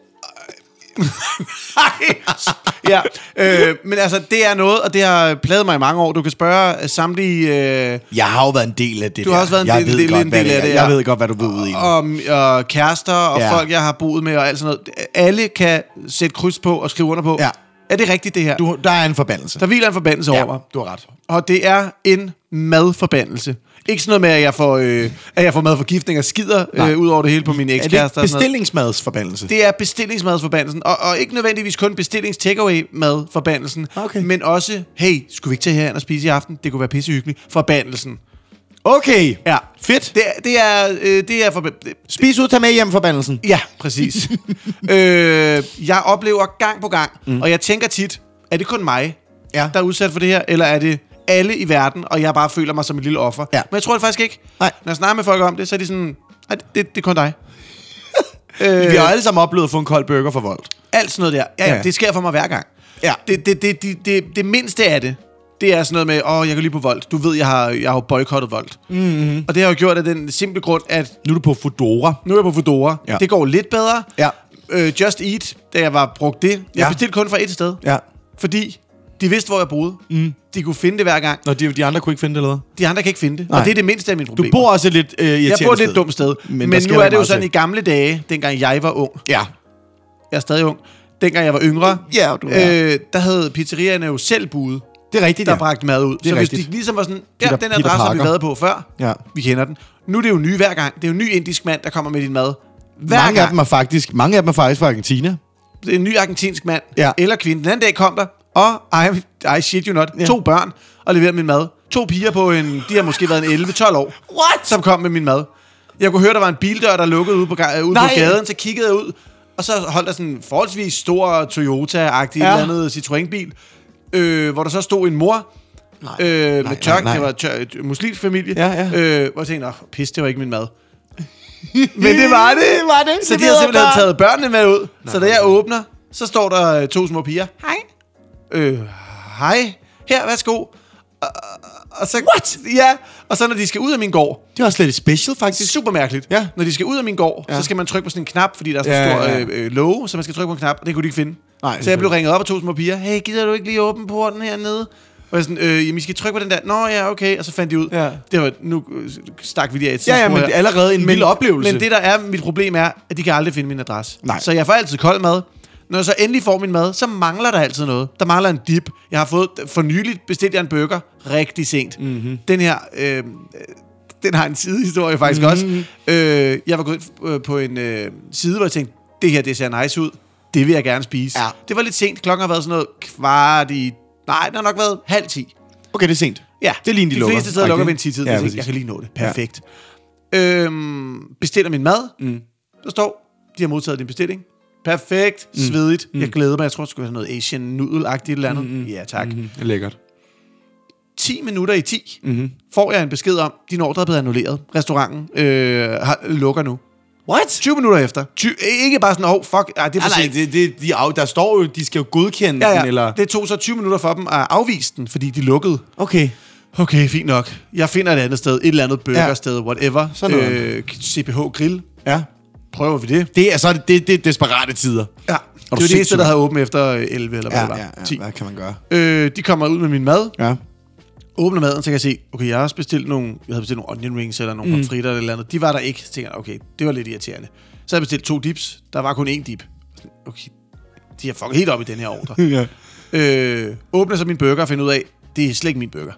Ja, men altså, det er noget, og det har plaget mig i mange år. Du kan spørge samtlige... Jeg har jo været en del af det. Du har også været en del af det. Jeg ved godt, hvad du ved ud i. Og kærester, og folk, jeg har boet med, og alt sådan noget. Alle kan sætte kryds på og skrive under på. Ja. Er det rigtigt, det her? Der er en forbandelse. Der hviler en forbandelse over mig. Du har ret. Og det er en madforbandelse. Ikke sådan noget med, at jeg får madforgiftning og skider ud over det hele på mine ekskærester. Er det bestillingsmadsforbandelsen? Det er bestillingsmadsforbandelsen. Og ikke nødvendigvis kun bestillings-takeaway-madforbandelsen, men også, hey, skulle vi ikke tage herhen og spise i aften? Det kunne være pissehyggeligt. Forbandelsen. Okay, ja. Fedt. Det er spis ud, tag med hjem forbandelsen. Ja, præcis. Jeg oplever gang på gang, og jeg tænker tit, er det kun mig, der er udsat for det her, eller er det alle i verden, og jeg bare føler mig som et lille offer? Ja. Men jeg tror det faktisk ikke. Nej. Når jeg snakker med folk om det, så er de sådan, nej, det er kun dig. Vi har alle sammen oplevet at få en kold burger for Volt. Alt sådan noget der. Ja, det sker for mig hver gang. Ja. Det mindste af det, det er sådan noget med, jeg kan lige på Volt. Du ved, jeg har boykottet Volt. Mm-hmm. Og det har jo gjort af den simple grund, at... Nu er du på Foodora. Ja. Det går lidt bedre. Ja. Just Eat, da jeg var brugt det. Jeg bestilte kun fra et sted. Ja. Fordi de vidste, hvor jeg boede. De kunne finde det hver gang. Nå, de andre kunne ikke finde det, eller hvad? De andre kan ikke finde det. Nej. Og det er det mindste af mine problemer. Du bor også et lidt irriterende Jeg bor et lidt dumt sted. Men nu er det jo sådan i gamle dage, dengang jeg var ung. Ja. Jeg er stadig ung. Dengang jeg var yngre, ja, du er. Der havde pizzerierne jo selv budet. Det er rigtigt, der bragte mad ud. Så rigtigt. Hvis de ligesom var sådan, den adresse har vi været på før. Ja. Vi kender den. Nu er det jo nye hver gang. Det er jo en ny indisk mand, der kommer med din mad. Mange af dem er faktisk fra Argentina. Det er en ny argentinsk mand eller kvinde. Den anden dag kom der, og I shit you not, 2 børn og leverede min mad. 2 piger på de har måske været en 11-12 år. What? Som kom med min mad. Jeg kunne høre, der var en bildør, der lukkede ude på gaden, så kiggede jeg ud, og så holdt der sådan en forholdsvis stor Toyota-agtig eller andet Citroën-bil, hvor der så stod en mor med tørk. Det var muslimsk familie. Hvor jeg tænkte, pis, det var ikke min mad. Men det var det. Så de har simpelthen taget børnene med ud. Så da jeg åbner, så står der 2 små piger. Hej. Hej. Her, værsgo. Og så, what? Ja, og så når de skal ud af min gård. Det var slet special, faktisk. Super mærkeligt. Ja. Når de skal ud af min gård, så skal man trykke på sådan en knap, fordi der er sådan en stor låge, så man skal trykke på en knap, og det kunne de ikke finde. Nej, så jeg blev ringet op af 2 små piger. Hey, gider du ikke lige åbne porten hernede? Og jeg sådan, jamen, I skal trykke på den der. Nå, ja, okay. Og så fandt de ud. Ja. Det var, nu stak vi lige af et tidspunkt. Ja, men det er allerede en vild oplevelse. Men det, der er mit problem, er, at de kan aldrig finde min adresse. Nej. Så jeg får altid kold mad. Når jeg så endelig får min mad, så mangler der altid noget. Der mangler en dip. Jeg har fået, for nyligt bestilt jeg en burger rigtig sent. Mm-hmm. Den her, den har en sidehistorie faktisk også. Jeg var gået på en side, hvor jeg tænkte, det her, det ser nice ud. Det vil jeg gerne spise. Ja. Det var lidt sent. Klokken har været sådan noget kvart i... Nej, den har nok været 9:30. Okay, det er sent. Ja, det er lige, de fleste steder lukker ved en 10-tid. Ja, jeg kan lige nå det. Perfekt. Ja. Bestiller min mad. Der står, de har modtaget din bestilling. Perfekt. Svedigt. Jeg glæder mig. Jeg tror, det skulle være noget Asian noodle-agtigt eller andet. Ja, tak. Lækkert. 10 minutter i 10 får jeg en besked om, din ordre er blevet annulleret. Restauranten lukker nu. What? 20 minutter efter. Ikke bare sådan, fuck, det er for sent. Der står jo, de skal jo godkende den, eller... Det tog så 20 minutter for dem at afvise den, fordi de lukkede. Okay, fint nok. Jeg finder et andet sted, et eller andet burgersted, whatever. CPH Grill. Ja. Prøver vi det? Det er desperate tider. Ja. Det var det eneste, der havde åbent efter 11 eller hvad det var. 10. Hvad kan man gøre? De kommer ud med min mad. Ja. Åbner maden, så kan jeg se, okay, jeg havde bestilt nogle onion rings eller nogle pomfritter eller andet. De var der ikke. Så tænker jeg, okay, det var lidt irriterende. Så havde jeg bestilt 2 dips. Der var kun 1 dip. Okay, de har fucket helt op i den her ordre. Åbner så min burger og finder ud af, det er slet ikke min burger.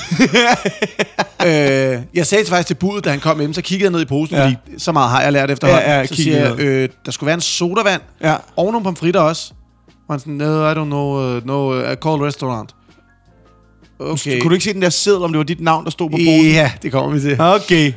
Jeg sagde faktisk til budet, da han kom hjem, så kiggede jeg ned i posen, fordi så meget har jeg lært efterhånden. Så siger jeg, der skulle være en sodavand, og nogle pomfritter også. Og han sådan, no, I don't know, I call restaurant. Okay. Kunne du ikke se den der seddel, om det var dit navn, der stod på posen? Ja, det kommer vi til. Okay.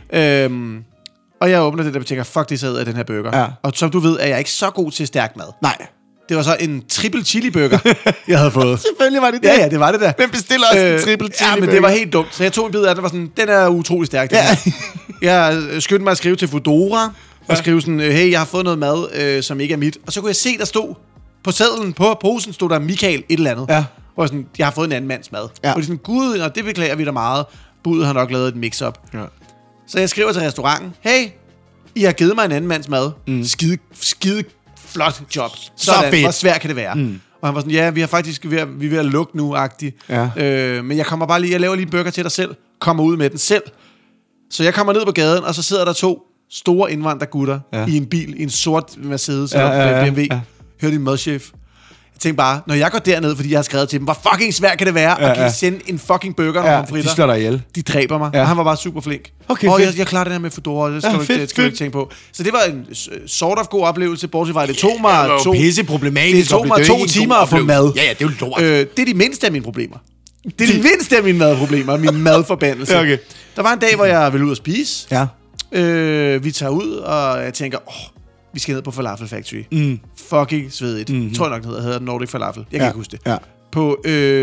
Og jeg åbner det der og tænker, fuck, det sad af den her burger. Ja. Og som du ved, er jeg ikke så god til stærk mad. Nej. Det var så en triple chili burger, jeg havde fået. Selvfølgelig var det det. Ja, det var det der. Hvem bestiller også en triple chili burger? Ja, men det var helt dumt. Så jeg tog en bid af det, og var sådan, den er utrolig stærk. Jeg skyndte mig at skrive til Foodora, og skrive sådan, hey, jeg har fået noget mad, som ikke er mit. Og så kunne jeg se, der stod på sedlen, på posen, stod der Michael et eller andet. Ja. Hvor sådan, jeg har fået en anden mands mad. Ja. Og det er sådan, gud, og det beklager vi da meget. Budet har nok lavet et mix-up. Ja. Så jeg skriver til restauranten, hey, I har givet mig en anden mands mad. Skide flot job. Sådan, hvor svært kan det være? Og han var sådan, ja, vi er ved at lukke nu-agtigt. Ja. Men jeg kommer bare lige, jeg laver lige en burger til dig selv. Kommer ud med den selv. Så jeg kommer ned på gaden, og så sidder der 2 store indvandrergutter i en bil, i en sort Mercedes eller BMW. Hør din madchef. Jeg tænkte bare, når jeg går derned, fordi jeg har skrevet til dem, hvor fucking svært kan det være at kan sende en fucking burger og pomfritter. De slår dig ihjel. De dræber mig. Han var bare super flink. Okay, jeg klarer det her med Foodora, det skal du ikke tænke på. Så det var en sort of god oplevelse, bortset fra, det tog mig pisse problematisk. Det tog mig 2 timer at få mad. Ja, det er jo lort. Det er de mindste af mine problemer. Det er de mindste af mine madproblemer, min madforbandelse. Okay. Der var en dag, hvor jeg ville ud og spise. Ja. Vi tager ud, og jeg tænker, vi skal ned på Falafel Factory. Fucking svedigt. Tror jeg nok, det hedder Nordic Falafel. Jeg kan ikke huske det. Ja. På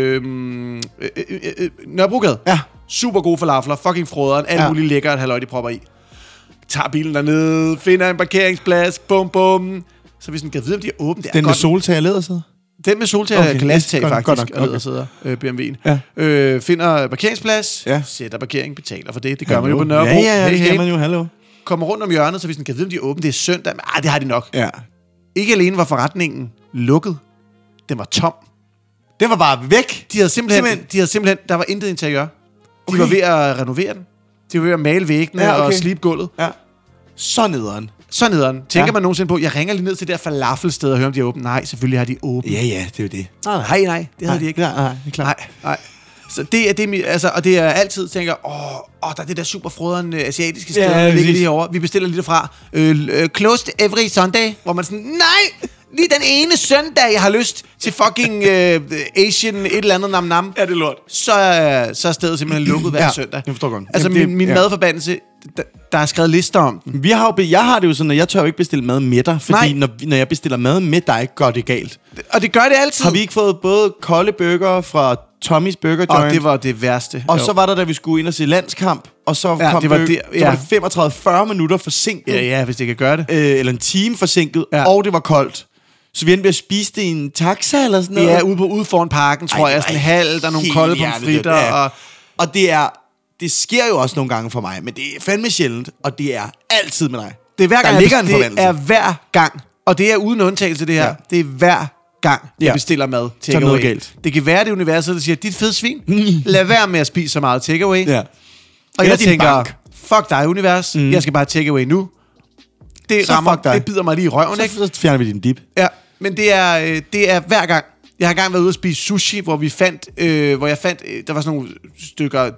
Nørrebrogade. Ja. Super gode falafler. Fucking frøderen. Alt muligt lækkert halløj, de propper i. Tager bilen dernede. Finder en parkeringsplads. Bum, bum. Så vi sådan, kan vide, om de er åbent. Den med soltag og lædersæder? Den med soltag og glastag faktisk. Og lædersæder. BMW'en. Ja. Finder parkeringsplads. Ja. Sætter parkering. Betaler for det. Det gør man jo på Nørrebro. Ja, det gør man jo. Hallo. Kommer rundt om hjørnet, så vi sådan, kan vide, om de er åbent. Det er søndag. Men det har de nok. Ja. Ikke alene var forretningen lukket. Den var tom. Det var bare væk. De havde simpelthen der var intet interiør. De var ved at renovere den. De var ved at male væggene og slibe gulvet. Ja. Så nederen. Tænker man nogensinde på, jeg ringer lige ned til det der falafelsted og hører, om de er åbent. Nej, selvfølgelig har de åbent. Ja, det er jo det. Nej, det havde de ikke. Nej, det er klart. Nej. Så det er det, altså, og det er altid, tænker, der er det der super frøderen asiatiske sted, der ligger lige herovre. Vi bestiller lidt fra Closed Every Sunday, hvor man sådan, nej, lige den ene søndag, jeg har lyst til fucking Asian et eller andet nam-nam. Ja, det er lort. Så er stedet simpelthen lukket hver søndag. Jeg forstår godt. Altså, min madforbandelse, der er skrevet lister om den. Jeg har det jo sådan, at jeg tør jo ikke bestille mad med dig, fordi når jeg bestiller mad med dig, går det galt. Og det gør det altid. Har vi ikke fået både kolde burger fra Tommy's Burger Joint? Det var det værste. Og så var der, da vi skulle ind og se landskamp, og så kom det var 35-40 minutter forsinket. Ja, hvis det kan gøre det. Eller en time forsinket, og det var koldt. Så vi endte ved at spise det i en taxa eller sådan noget. Ja, ude foran parken, tror jeg. Sådan en halv, der er nogle kolde pomfritter. Og det sker jo også nogle gange for mig, men det er fandme sjældent, og det er altid med dig. Det er hver gang, det er hver gang. Og det er uden undtagelse, det her. Ja. Det er hver gang, jeg bestiller mad takeaway. Det kan være, det universet, der siger, dit fede svin, lad være med at spise så meget takeaway. Ja. Og jeg tænker, fuck dig, univers. Jeg skal bare takeaway nu. Det rammer, det bider mig lige i røven, ikke? Så fjerner vi din dip. Ja, men det er hver gang. Jeg har engang været ude at spise sushi, hvor jeg fandt, der var sådan nogle stykker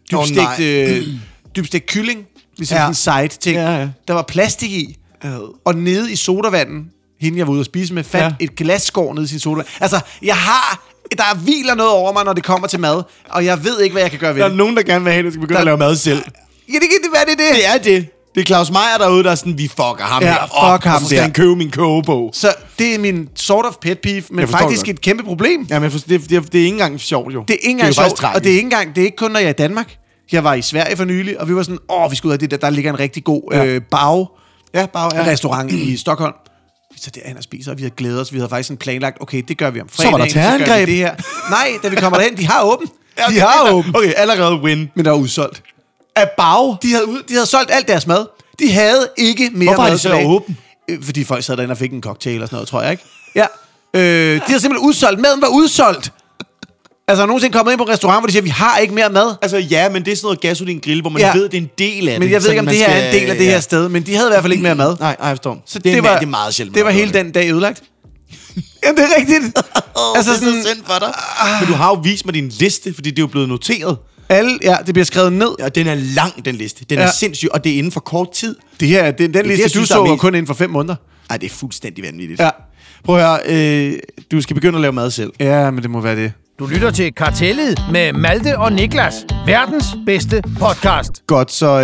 dybstegt kylling, ligesom en side ting. Ja. Der var plastik i, og nede i sodavanden, hende jeg var ude at spise med, fandt et glasskår nede i sin sodavand. Altså, der hviler noget over mig, når det kommer til mad, og jeg ved ikke, hvad jeg kan gøre ved det. Der er nogen, der gerne vil have, at du skal begynde at lave mad selv. Ja, det kan være det. Det er det. Det er Claus Meyer derude, der er sådan, vi fucker ham her op, og så skal han købe min kogebog. Så det er min sort of pet peeve, men faktisk et kæmpe problem. Ja, men det er ikke engang sjovt, jo. Det er ikke engang sjovt, og det er ikke kun, når jeg er i Danmark. Jeg var i Sverige for nylig, og vi var sådan, vi skulle ud af det der ligger en rigtig god restaurant i Stockholm. Vi tager derhen og spiser, og vi havde glædet os. Vi havde faktisk sådan planlagt, okay, det gør vi om fredagen. Så var der terrorangreb. Nej, da vi kommer derhen, de har åbent. De har åbent. Okay, allerede win. Men der var udsolgt. Af Bag? De havde solgt alt deres mad. De havde ikke mere mad. Hvorfor er de så åben? Fordi folk sad derinde og fik en cocktail og sådan noget, tror jeg, ikke? Ja. De havde simpelthen udsolgt. Maden var udsolgt. Altså, er nogensinde kommet ind på en restaurant, hvor de siger, vi har ikke mere mad? Altså, ja, men det er sådan noget gasolin grill, hvor man ved, det er en del af det. Men jeg ved ikke, om det her er en del af det her sted. Men de havde i hvert fald ikke mere mad. Nej, jeg forstår. Så det er meget sjældent. Det var hele den dag ødelagt. Jamen, det er rigtigt. Altså, det er sådan, så synd for dig. Men du har jo vist mig din liste, fordi det er jo blevet noteret. Det bliver skrevet ned. Ja, den er lang, den liste. Den er sindssyg, og det er inden for kort tid. Det her, den liste, du så, var kun inden for 5 måneder. Ej, det er fuldstændig vanvittigt. Ja. Prøv at høre, du skal begynde at lave mad selv. Ja, men det må være det. Du lytter til Kartellet med Malte og Niklas. Verdens bedste podcast. Godt, så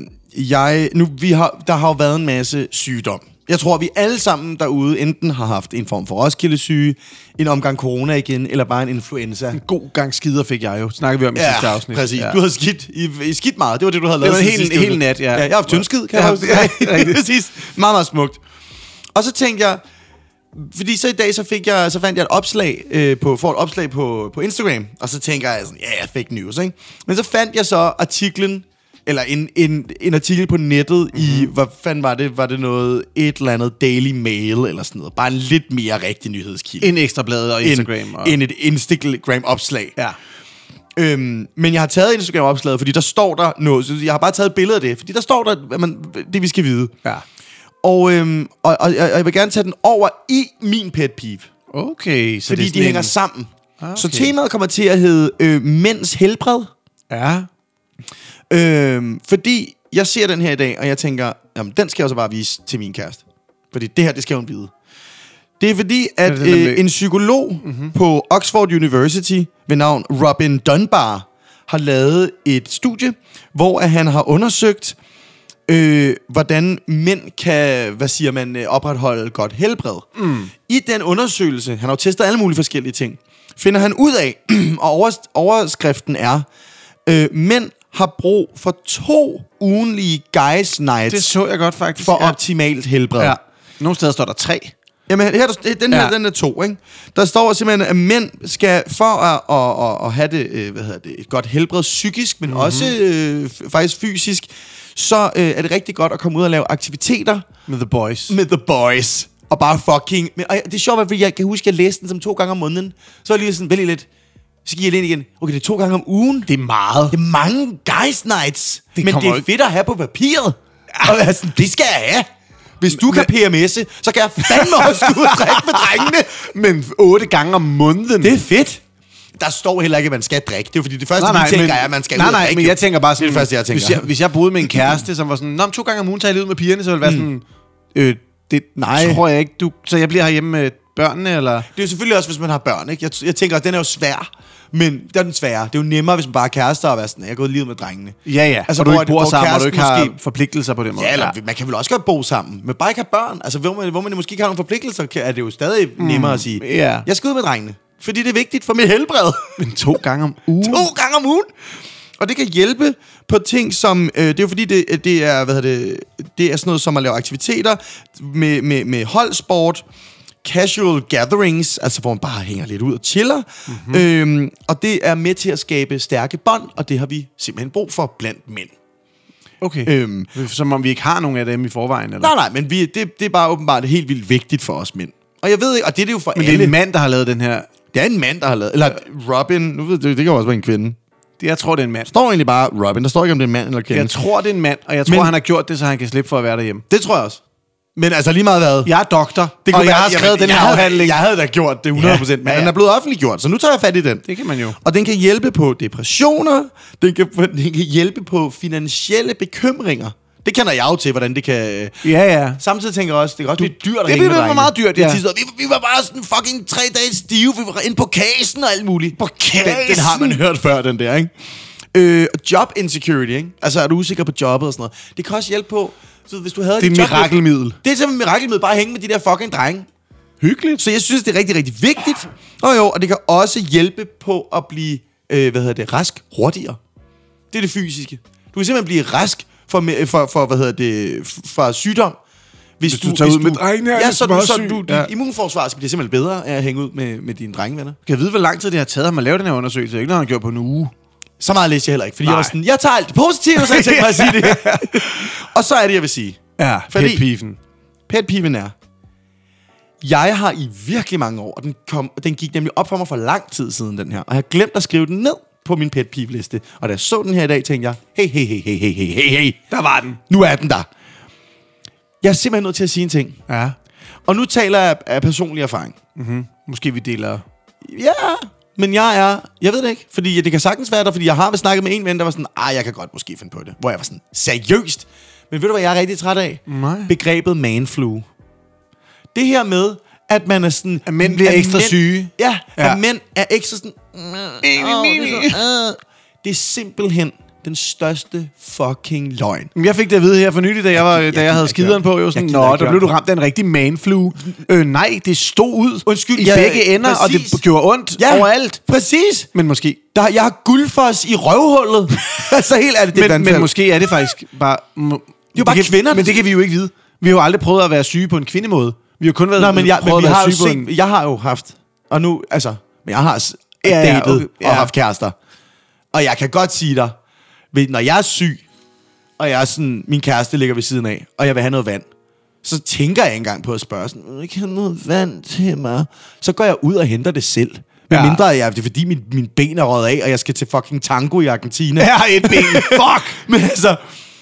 der har jo været en masse sygdom. Jeg tror, vi alle sammen derude enten har haft en form for Roskilde-syge, en omgang corona igen, eller bare en influenza. En god gang skider fik jeg jo. Snakkede vi om i sidste afsnit. Præcis. Ja. Du havde skidt meget. Det var det, du havde lavet. Det var en hel nat, ja. Jeg har haft tyndskid, kan jeg huske. Præcis. Meget, meget smukt. Og så tænkte jeg, fordi så i dag så fandt jeg et opslag på Instagram, og så tænker jeg sådan, fake news, ikke? Men så fandt jeg så artiklen, eller en artikel på nettet i, hvad fanden var det? Var det noget, et eller andet Daily Mail eller sådan noget? Bare en lidt mere rigtig nyhedskilde. En Ekstrabladet og Instagram. En et Instagram-opslag. Ja. Men jeg har taget Instagram-opslaget, fordi der står der noget. Så jeg har bare taget et billede af det, fordi der står der det, vi skal vide. Ja. Og jeg vil gerne tage den over i min pet peeve. Okay. Så fordi de hænger sammen. Okay. Så temaet kommer til at hedde mænds helbred. Ja. Fordi jeg ser den her i dag, og jeg tænker, jamen, den skal jeg så bare vise til min kæreste. Fordi det her, det skal hun vide. Det er fordi, at en psykolog på Oxford University ved navn Robin Dunbar har lavet et studie, hvor han har undersøgt, hvordan mænd kan, opretholde godt helbred. I den undersøgelse, han har jo testet alle mulige forskellige ting, finder han ud af, og overskriften er, mænd har brug for 2 ugenlige guys nights. Det så jeg godt faktisk. For optimalt helbred. Ja. Nogle steder står der 3. Jamen her, den er 2, ikke? Der står simpelthen, at mænd skal for at have det, et godt helbred psykisk, men også faktisk fysisk, så er det rigtig godt at komme ud og lave aktiviteter med the boys. Og bare fucking. Og det er sjovt, fordi jeg kan huske, at jeg læste den som 2 gange om måneden. Så var jeg lige sådan, vældig lidt. Så gik jeg ind igen. Okay, det er 2 gange om ugen. Det er meget. Det er mange guys nights. Men det er fedt at have på papiret. Og sådan, det skal jeg have. Hvis du kan PMS'e, så kan jeg fandme også gå ud og drikke med drengene. Men 8 gange om måneden. Det er fedt. Der står heller ikke, at man skal drikke. Det er jo fordi, det første, vi tænker, er, at man skal ud og drikke. Men jeg tænker bare sådan, det er det første, jeg tænker. Hvis jeg boede med en kæreste, som var sådan, om 2 gange om ugen tager jeg lige ud med pigerne, så ville det være sådan, det tror jeg ikke. Så jeg bliver herhjemme med børnene, eller? Det er jo selvfølgelig også, hvis man har børn, ikke? Jeg tænker, at den er jo svær. Men det er den svære. Det er jo nemmere, hvis man bare er kærester og være sådan, jeg er gået lige ud med drengene. Ja. Altså, og du ikke bor sammen, og du ikke har forpligtelser på den måde. Ja, eller man kan vel også godt bo sammen, men bare ikke have børn. Altså, hvor man måske ikke har nogle forpligtelser, er det jo stadig nemmere at sige, jeg skal ud med drengene. Fordi det er vigtigt for mit helbred. Men 2 gange om ugen? 2 gange om ugen! Og det kan hjælpe på ting som, det er jo fordi, det er sådan noget som at lave aktiviteter med holdsport, casual gatherings, altså hvor man bare hænger lidt ud og chiller. Og det er med til at skabe stærke bånd, og det har vi simpelthen brug for blandt mænd. Okay. Som om vi ikke har nogen af dem i forvejen, eller? Nej, men det er bare åbenbart helt vildt vigtigt for os mænd. Og jeg ved ikke, og det er det jo for alle. Men det er en mand, der har lavet den her. Det er en mand, der har lavet. Eller Robin, nu ved det kan jo også være en kvinde. Jeg tror, det er en mand. Der står egentlig bare Robin. Der står ikke, om det er en mand eller kvinde. Jeg tror, det er en mand, og jeg tror, han har gjort det, så han kan slippe for at være derhjemme. Det tror jeg også. Men altså lige meget hvad. Jeg er doktor, og jeg har skrevet den her afhandling. Jeg havde da gjort det 100%, men den er blevet offentliggjort, så nu tager jeg fat i den. Det kan man jo. Og den kan hjælpe på depressioner, den kan hjælpe på finansielle bekymringer. Det kender jeg jo til, hvordan det kan. Ja. Samtidig tænker jeg også, det kan også blive dyrt at ringe med drenge. Det var meget dyrt, ja. Vi var bare sådan fucking 3 dage stive. Vi var inde på kassen og alt muligt. På kassen? Den har man hørt før, den der, ikke? Job insecurity, ikke? Altså, er du usikker på jobbet og sådan noget. Det kan også hjælpe på, så hvis du havde det er et mirakelmiddel. Det er simpelthen et mirakelmiddel, bare at hænge med de der fucking drenge. Hyggeligt. Så jeg synes, det er rigtig, rigtig vigtigt. Og det kan også hjælpe på at blive, rask hurtigere. Det er det fysiske. Du kan simpelthen blive rask for sygdom. Hvis du tager ud med drengene, immunforsvaret bliver simpelthen bedre af at hænge ud med dine drengevenner. Kan jeg vide, hvor lang tid det har taget ham at lave den her undersøgelse? Ikke noget, han gjort på en uge. Så meget læste jeg heller ikke, fordi jeg var sådan, jeg tager alt det positive, så jeg tænkte mig at sige det. Og så er det, jeg vil sige. Ja, pet-peeven er, jeg har i virkelig mange år, og den gik nemlig op for mig for lang tid siden, den her, og jeg har glemt at skrive den ned på min pet-peeve-liste. Og da jeg så den her i dag, tænkte jeg, hey, der var den. Nu er den der. Jeg er simpelthen nødt til at sige en ting. Ja. Og nu taler jeg af personlig erfaring. Mm-hmm. Måske vi deler... Ja, men jeg ved det ikke. Fordi det kan sagtens være der, fordi jeg har snakket med en ven, der var sådan, jeg kan godt måske finde på det. Hvor jeg var sådan, seriøst? Men ved du, hvad jeg er rigtig træt af? Nej. Begrebet manflu. Det her med, at man er sådan... At mænd bliver ekstra syge. Ja, at mænd er ekstra sådan... Det er simpelthen den største fucking løgn. Jeg fik det at vide her for nylig, da jeg havde skideren på. Der blev du ramt af en rigtig manflu. Nej, det stod ud. Undskyld, i begge ender, præcis. Og det gjorde ondt overalt. Præcis. Men måske... Jeg har guldfos i røvhullet. Så helt er det men måske er det faktisk bare... Det er jo bare kvinder. Men det kan vi jo ikke vide. Vi har jo aldrig prøvet at være syge på en kvindemåde. Vi har kun været jeg har jo haft... Og nu, altså... Men jeg har datet og haft kærester. Og jeg kan godt sige dig, når jeg er syg, og jeg er sådan, min kæreste ligger ved siden af, og jeg vil have noget vand, så tænker jeg ikke engang på at spørge sådan, vil du ikke have noget vand til mig? Så går jeg ud og henter det selv. Men mindre det er fordi min ben er røget af, og jeg skal til fucking tango i Argentina. Jeg har et ben, fuck! Men altså,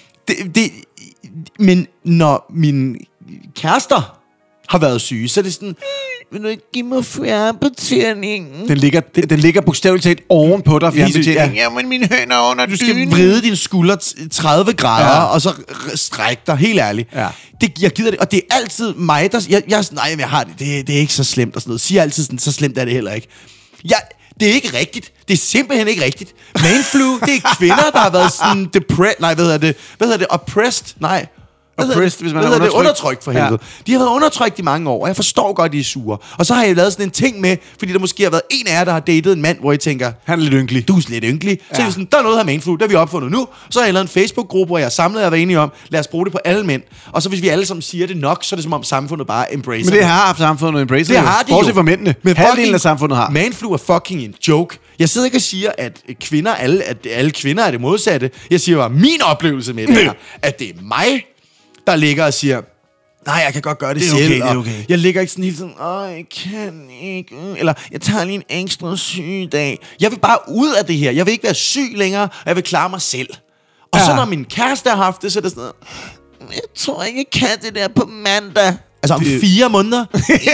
men når mine kærester har været syge, så er det sådan, vil du ikke give mig fjernbetjeningen? Den ligger bogstaveligt talt oven på dig, fjernbetjeningen. Ja, men mine hænder under dynen. Du skal vride dine skuldre 30 grader, og så strække dig, helt ærligt. Ja. Jeg gider det, og det er altid mig, der... Jeg er sådan, nej, jeg har det. Det er ikke så slemt og sådan noget. Siger altid sådan, så slemt er det heller ikke. Det er ikke rigtigt. Det er simpelthen ikke rigtigt. Manflu, det er kvinder, der har været sådan hvad hedder det? Oppressed? Nej. Hvis man er undertrykt for helvede. Ja. De har været undertrykt i mange år, og jeg forstår godt, de er sure. Og så har jeg lavet sådan en ting med, fordi der måske har været en af jer, der har datet en mand, hvor I tænker, han er lidt ynkelig. Du er lidt ynkelig. Ja. Så er sådan, der er noget her manflu, der har vi opfundet nu. Så har jeg lavet en Facebook-gruppe, hvor jeg har samlet og været enige om, lad os bruge det på alle mænd. Og så hvis vi alle sammen siger det nok, så er det som om samfundet bare embracer det. Men det har haft samfundet embracer. Det har de jo. Bortset for mændene. Men halvdelen af samfundet har. Manflu er fucking en joke. Jeg sidder ikke og siger, at alle kvinder er det modsatte. Jeg siger bare, min oplevelse med det her, at det er mig, der ligger og siger, nej, jeg kan godt gøre det selv. Det er okay. Jeg ligger ikke sådan helt sådan, jeg kan ikke. Eller, jeg tager lige en ekstra sygedag. Jeg vil bare ud af det her. Jeg vil ikke være syg længere, og jeg vil klare mig selv. Og så når min kæreste har haft det, så er det sådan, jeg tror ikke, jeg kan det der på mandag. Altså om 4 måneder?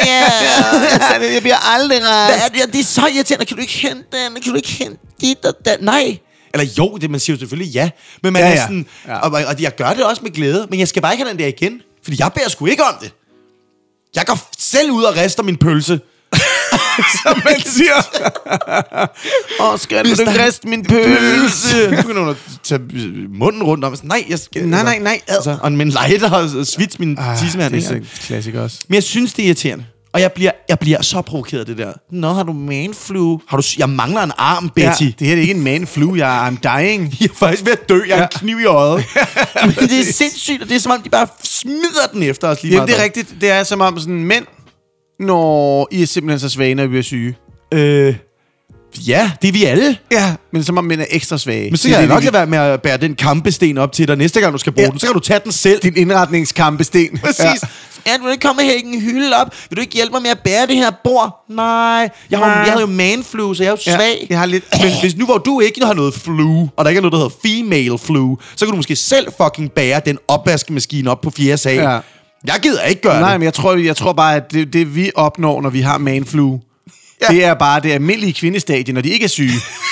Jeg bliver aldrig ret. Det er så irriterende. Kan du ikke hente den? Kan du ikke hente dit og den? Nej. Eller jo, det man siger jo selvfølgelig ja. Men man er sådan... Og jeg gør det også med glæde, men jeg skal bare ikke have den der igen. Fordi jeg beder sgu ikke om det. Jeg går selv ud og rister min pølse. Som man siger. Skal du ikke riste min pølse? Du kan tage munden rundt om. Nej, jeg skal... Nej. Altså, og min lighter har svitst min tissemand. Det er en klassiker også. Men jeg synes, det er irriterende. Og jeg bliver så provokeret af det der. Nå, har du manflu? Jeg mangler en arm, Betty. Ja, det her er ikke en manflu, I'm dying. Jeg er faktisk ved at dø. Jeg har en kniv i øjet. Men det er sindssygt, og det er som om, de bare smider den efter os lige meget. Jamen, det er rigtigt. Det er som om sådan, mænd, når I er simpelthen så svage, når I bliver syge. Ja, det er vi alle. Ja, men som om mænd er ekstra svage. Men så kan jeg nok lade være med at bære den kampesten op til dig næste gang, du skal bruge den. Så kan du tage den selv. Din indretningskampesten. Præcis. Ja, vil du ikke komme og hænge en hylde op? Vil du ikke hjælpe mig med at bære det her bord? Nej. Jeg havde jo manflu, så jeg er jo svag. Jeg har lidt... Men hvis nu hvor du ikke har noget flu, og der ikke er noget, der hedder female flu, så kan du måske selv fucking bære den opvaskemaskine op på 4. sal. Ja. Jeg gider ikke gøre det. Nej, men jeg tror bare, at det vi opnår, når vi har manflu, det er bare det almindelige kvindestadie, når de ikke er syge.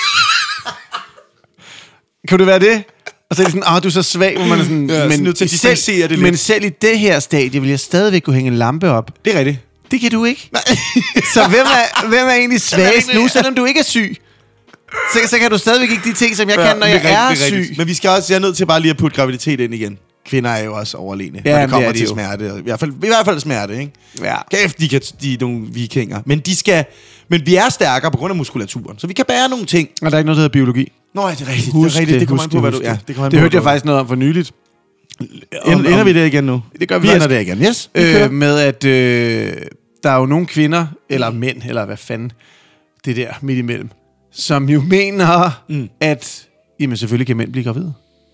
Kan det være det? Og så er det sådan, du er så svag, hvor man er sådan... Men selv i det her stadie vil jeg stadigvæk kunne hænge en lampe op. Det er rigtigt. Det kan du ikke. Så hvem er egentlig svagest nu, selvom du ikke er syg? så kan du stadigvæk ikke de ting, som jeg kan, når jeg er syg. Men vi skal også, jeg er nødt til bare lige at putte graviditet ind igen. Kvinder er jo også overlegne, når det kommer til smerte. I hvert fald smerte, ikke? Ja. Kæft, de er nogle vikinger. Men vi er stærkere på grund af muskulaturen, så vi kan bære nogle ting. Og der er ikke noget, der hedder biologi. Nå, det er rigtigt. Det kommer an på, hvad du... Ja, det hørte jeg faktisk noget om for nyligt. Ender vi det igen nu? Det gør vi ender det igen, yes. Med at der er jo nogle kvinder, eller mænd, eller hvad fanden, det der midt imellem, som jo mener, at jamen, selvfølgelig kan mænd blive gravide.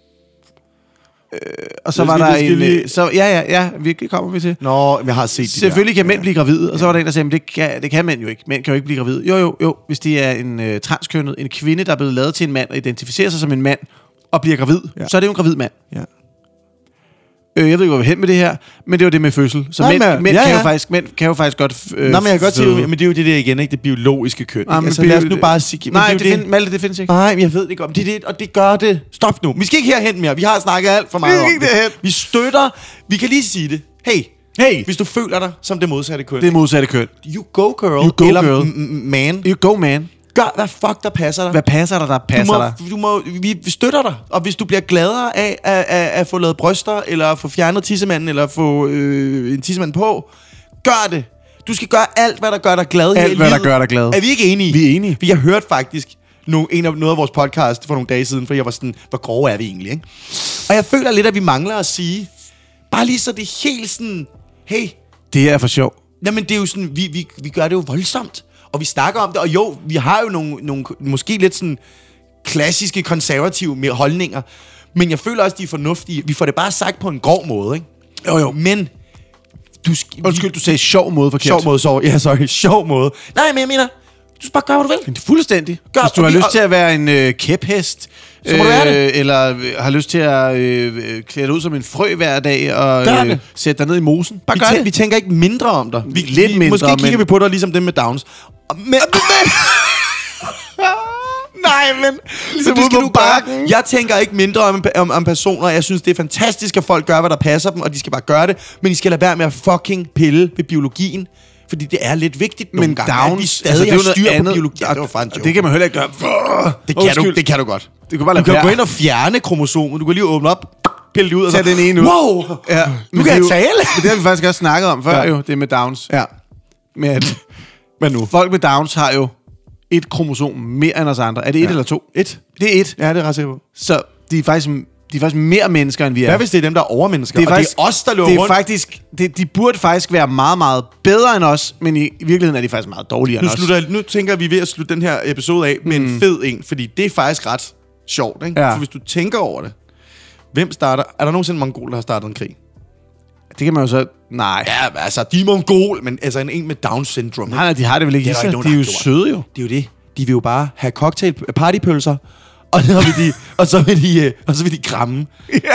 Og så var der en... Ja, virkelig kommer vi til. Nå, jeg har set det. Selvfølgelig kan mænd blive gravide, og så var der en, der sagde, det kan mænd jo ikke. Mænd kan jo ikke blive gravide. Jo, hvis de er en transkønnet, en kvinde, der er blevet lavet til en mand, og identificerer sig som en mand, og bliver gravid, så er det jo en gravid mand. Ja. Jeg ved ikke, hvor vi er hen med det her, men det er jo det med fødsel. Så mænd kan jo faktisk godt nej, men jeg kan godt sige, men det er jo det der igen, ikke? Det biologiske køn. Altså, lad os nu bare sige... Nej, Malte, det findes ikke. Nej, men jeg ved det godt. Og det gør det. Stop nu. Vi skal ikke herhen mere. Vi har snakket alt for meget om det. Vi støtter... Vi kan lige sige det. Hey, hvis du føler dig som det modsatte køn. Det modsatte køn. You go, girl. You go, eller girl. Man. You go, man. Gør, hvad fuck der passer dig. Hvad passer dig, vi støtter dig. Og hvis du bliver gladere af at få lavet bryster, eller få fjernet tissemanden, eller få en tissemand på, gør det. Du skal gøre alt, hvad der gør dig glad. Alt, hvad der gør dig glad. Er vi ikke enige? Vi er enige. Vi har hørt faktisk noget af vores podcast for nogle dage siden, for jeg var sådan, hvor grove er vi egentlig, ikke? Og jeg føler lidt, at vi mangler at sige, bare lige så det er helt sådan, hey. Det er for sjov. Jamen, det er jo sådan, vi gør det jo voldsomt. Og vi snakker om det, og jo, vi har jo nogle måske lidt sådan klassiske konservative holdninger, men jeg føler også, de er fornuftige. Vi får det bare sagt på en grov måde, ikke? Jo. Men du sagde sjov måde forkert. Sjov måde. Nej, men jeg mener, du skal bare gøre, hvad du vil. Det er fuldstændig. Hvis du har lyst til at være en kæphest, så må du være det. Eller har lyst til at klæde dig ud som en frø hver dag og sætte dig ned i mosen. Bare gør det. Vi tænker ikke mindre om dig. Lidt mindre. Måske kigger vi på dig ligesom dem med Downs. Nej, men så det skal du bare. Jeg tænker ikke mindre om personer. Jeg synes, det er fantastisk, at folk gør, hvad der passer dem, og de skal bare gøre det. Men de skal lade være med at fucking pille ved biologien. Fordi det er lidt vigtigt nogle gange, Downs, at vi stadig har styr på biologi. Det kan man heller ikke gøre. Det kan du godt. Du kan gå ind og fjerne kromosomet. Du kan lige åbne op, pille det ud og tage den ene ud. Wow! Ja, du kan tale. Det har vi faktisk også snakket om før, jo. Det med Downs. Ja. Men nu. Folk med Downs har jo et kromosom mere end os andre. Er det 1 eller 2? 1. Det er 1. Ja, det er ret sikker på. Så de er faktisk mere mennesker, end vi er. Hvad hvis det er dem, der er overmennesker? Det er faktisk, og det er os, der løber rundt? Faktisk, de burde faktisk være meget, meget bedre end os, men i virkeligheden er de faktisk meget dårligere end os. Nu tænker vi ved at slutte den her episode af med en fed en, fordi det er faktisk ret sjovt, ikke? Ja. For hvis du tænker over det, hvem starter... Er der nogensinde en mongol, der har startet en krig? Det kan man jo så... Nej. Ja, altså, de er mongol, men altså en med Down syndrom. Nej, de har det vel ikke. De er jo søde, jo. Det er jo det. De vil jo bare have partypølser, og så vil de kramme.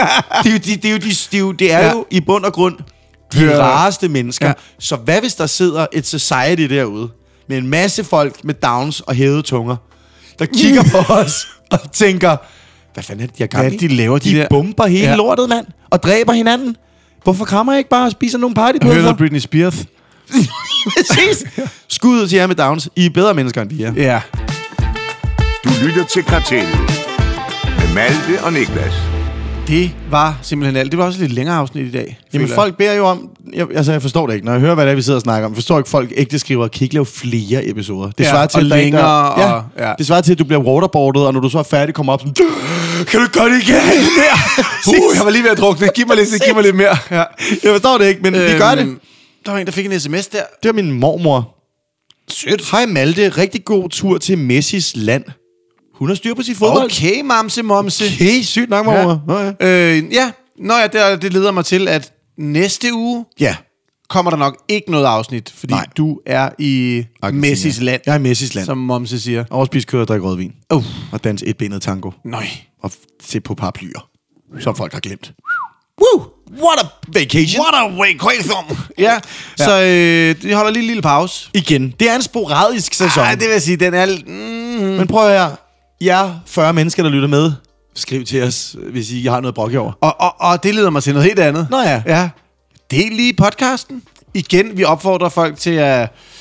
Det er jo i bund og grund de rareste mennesker. Ja. Så hvad hvis der sidder et society derude med en masse folk med Downs og hævede tunger, der kigger på os og tænker, hvad fanden er det, de har gang i? De laver de bomber hele lortet, mand, og dræber hinanden. Hvorfor kommer jeg ikke bare og spiser nogle partypølser? Hører Britney Spears. Præcis. Skud til jer med Downs. I er bedre mennesker, end vi er. Ja. Du lytter til Kartellet med Malte og Niklas. Det var simpelthen alt. Det var også et lidt længere afsnit i dag. Jamen folk beder jo om... Jeg forstår det ikke. Når jeg hører, hvad det er, vi sidder og snakker om, forstår ikke, folk ægte skriver, kan ikke lave flere episoder. Det svarer til længere. Det svarer til, at du bliver waterboardet, og når du så er færdig, kommer op sådan... Kan du gøre det igen? Jeg var lige ved at drukne. Giv mig lidt mere. Ja. Jeg forstår det ikke, men vi gør det. Der var en, der fik en sms der. Det var min mormor. Sødt. Hej Malte, rigtig god tur til Messis land. Hun har styr på sit fodbold. Okay, momse. Okay, sygt nok, mormor. Ja. Det leder mig til, at næste uge kommer der nok ikke noget afsnit, fordi du er i Messis land. Jeg er i Messis land. Som momse siger. Og spise kød og drikke rødvin. Og danse etbenet tango. Nej. Og se på paraplyer, som folk har glemt. Woo! What a vacation. Ja, så vi holder lige en lille pause. Igen. Det er en sporadisk sæson. Nej, det vil sige, den er... Men prøv at høre. Jer 40 mennesker, der lytter med, skriv til os, hvis I har noget brok over. Og det leder mig til noget helt andet. Nå ja. Del lige podcasten. Igen, vi opfordrer folk til at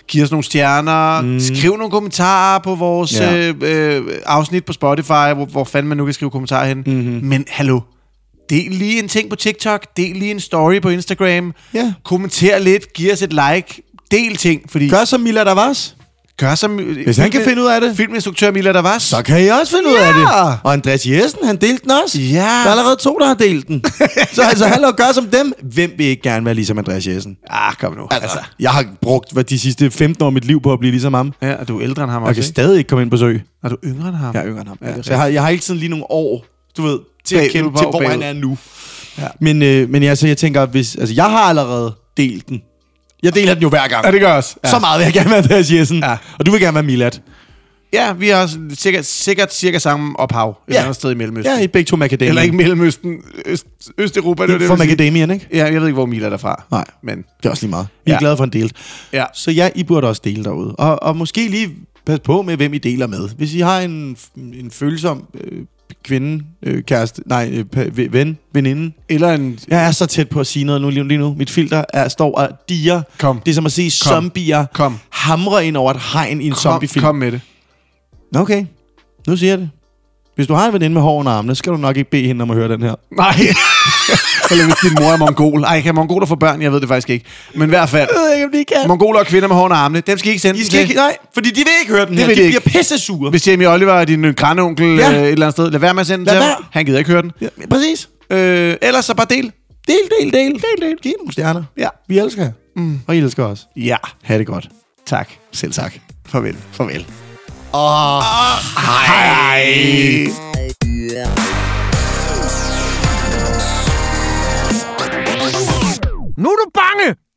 Giv os nogle stjerner. Skriv nogle kommentarer på vores afsnit på Spotify, hvor fanden man nu kan skrive kommentarer hen. Men hallo, del lige en ting på TikTok. Del lige en story på Instagram. Kommenter lidt. Giv os et like. Del ting. Fordi gør som Mila Davas. Hvis han kan finde ud af det. Filminstruktør Mila Davas. Så kan I også finde ud af det. Og Andreas Jessen, han delte den også. Ja. Der er allerede 2, der har delt den. Så altså, han gør som dem. Hvem vil ikke gerne være ligesom Andreas Jessen? Kom nu. Altså, jeg har brugt de sidste 15 år af mit liv på at blive ligesom ham. Ja, og du er ældre end ham også. Jeg kan stadig ikke komme ind på søg. Er du yngre end ham? Jeg er yngre end ham. Ja. Så jeg har ikke sådan lige nogle år, du ved, til at kende til, hvor han er nu. Ja. Men jeg tænker, jeg har allerede delt den. Jeg deler den jo hver gang. Ja, det gør også. Ja. Så meget vil jeg gerne være Andreas Jessen. Ja. Og du vil gerne være Milad. Ja, vi har sikkert cirka samme ophav et andet sted i Mellemøsten. Ja, i begge to Macadamien. Eller ikke Mellemøsten, Østeuropa. Det fra Macadamien, ikke? Ja, jeg ved ikke, hvor Milad er fra. Nej, men det er også lige meget. Vi er glade for en del. Ja. Så ja, I burde også dele derude. Og måske lige pas på med, hvem I deler med. Hvis I har en følsom kvinde, kæreste, veninde. Eller en... Jeg er så tæt på at sige noget lige nu. Mit filter står og diger. Kom. Det er som at se zombier hamre ind over et hegn i en zombiefilm. Kom med det. Okay, nu siger jeg det. Hvis du har en veninde med hår under armene, skal du nok ikke bede hende om at høre den her. Nej. Eller hvis din mor er mongol. Ej, kan mongoler få børn? Jeg ved det faktisk ikke. Men i hvert fald, jeg ved ikke, om de kan. Mongoler og kvinder med hår under armene, dem skal I ikke sende til. Nej, fordi de vil ikke høre den her. De bliver pissesure. Hvis Jamie Oliver er din grandonkel et eller andet sted, lad være med at sende den til ham. Han gider ikke høre den. Ja, præcis. Ellers så bare del. Del. Giv nogle stjerner. Ja. Vi elsker jer. Og I elsker os. Ja. Ha' det godt. Tak. Selv tak. Farvel. Hej. Nu er du bange!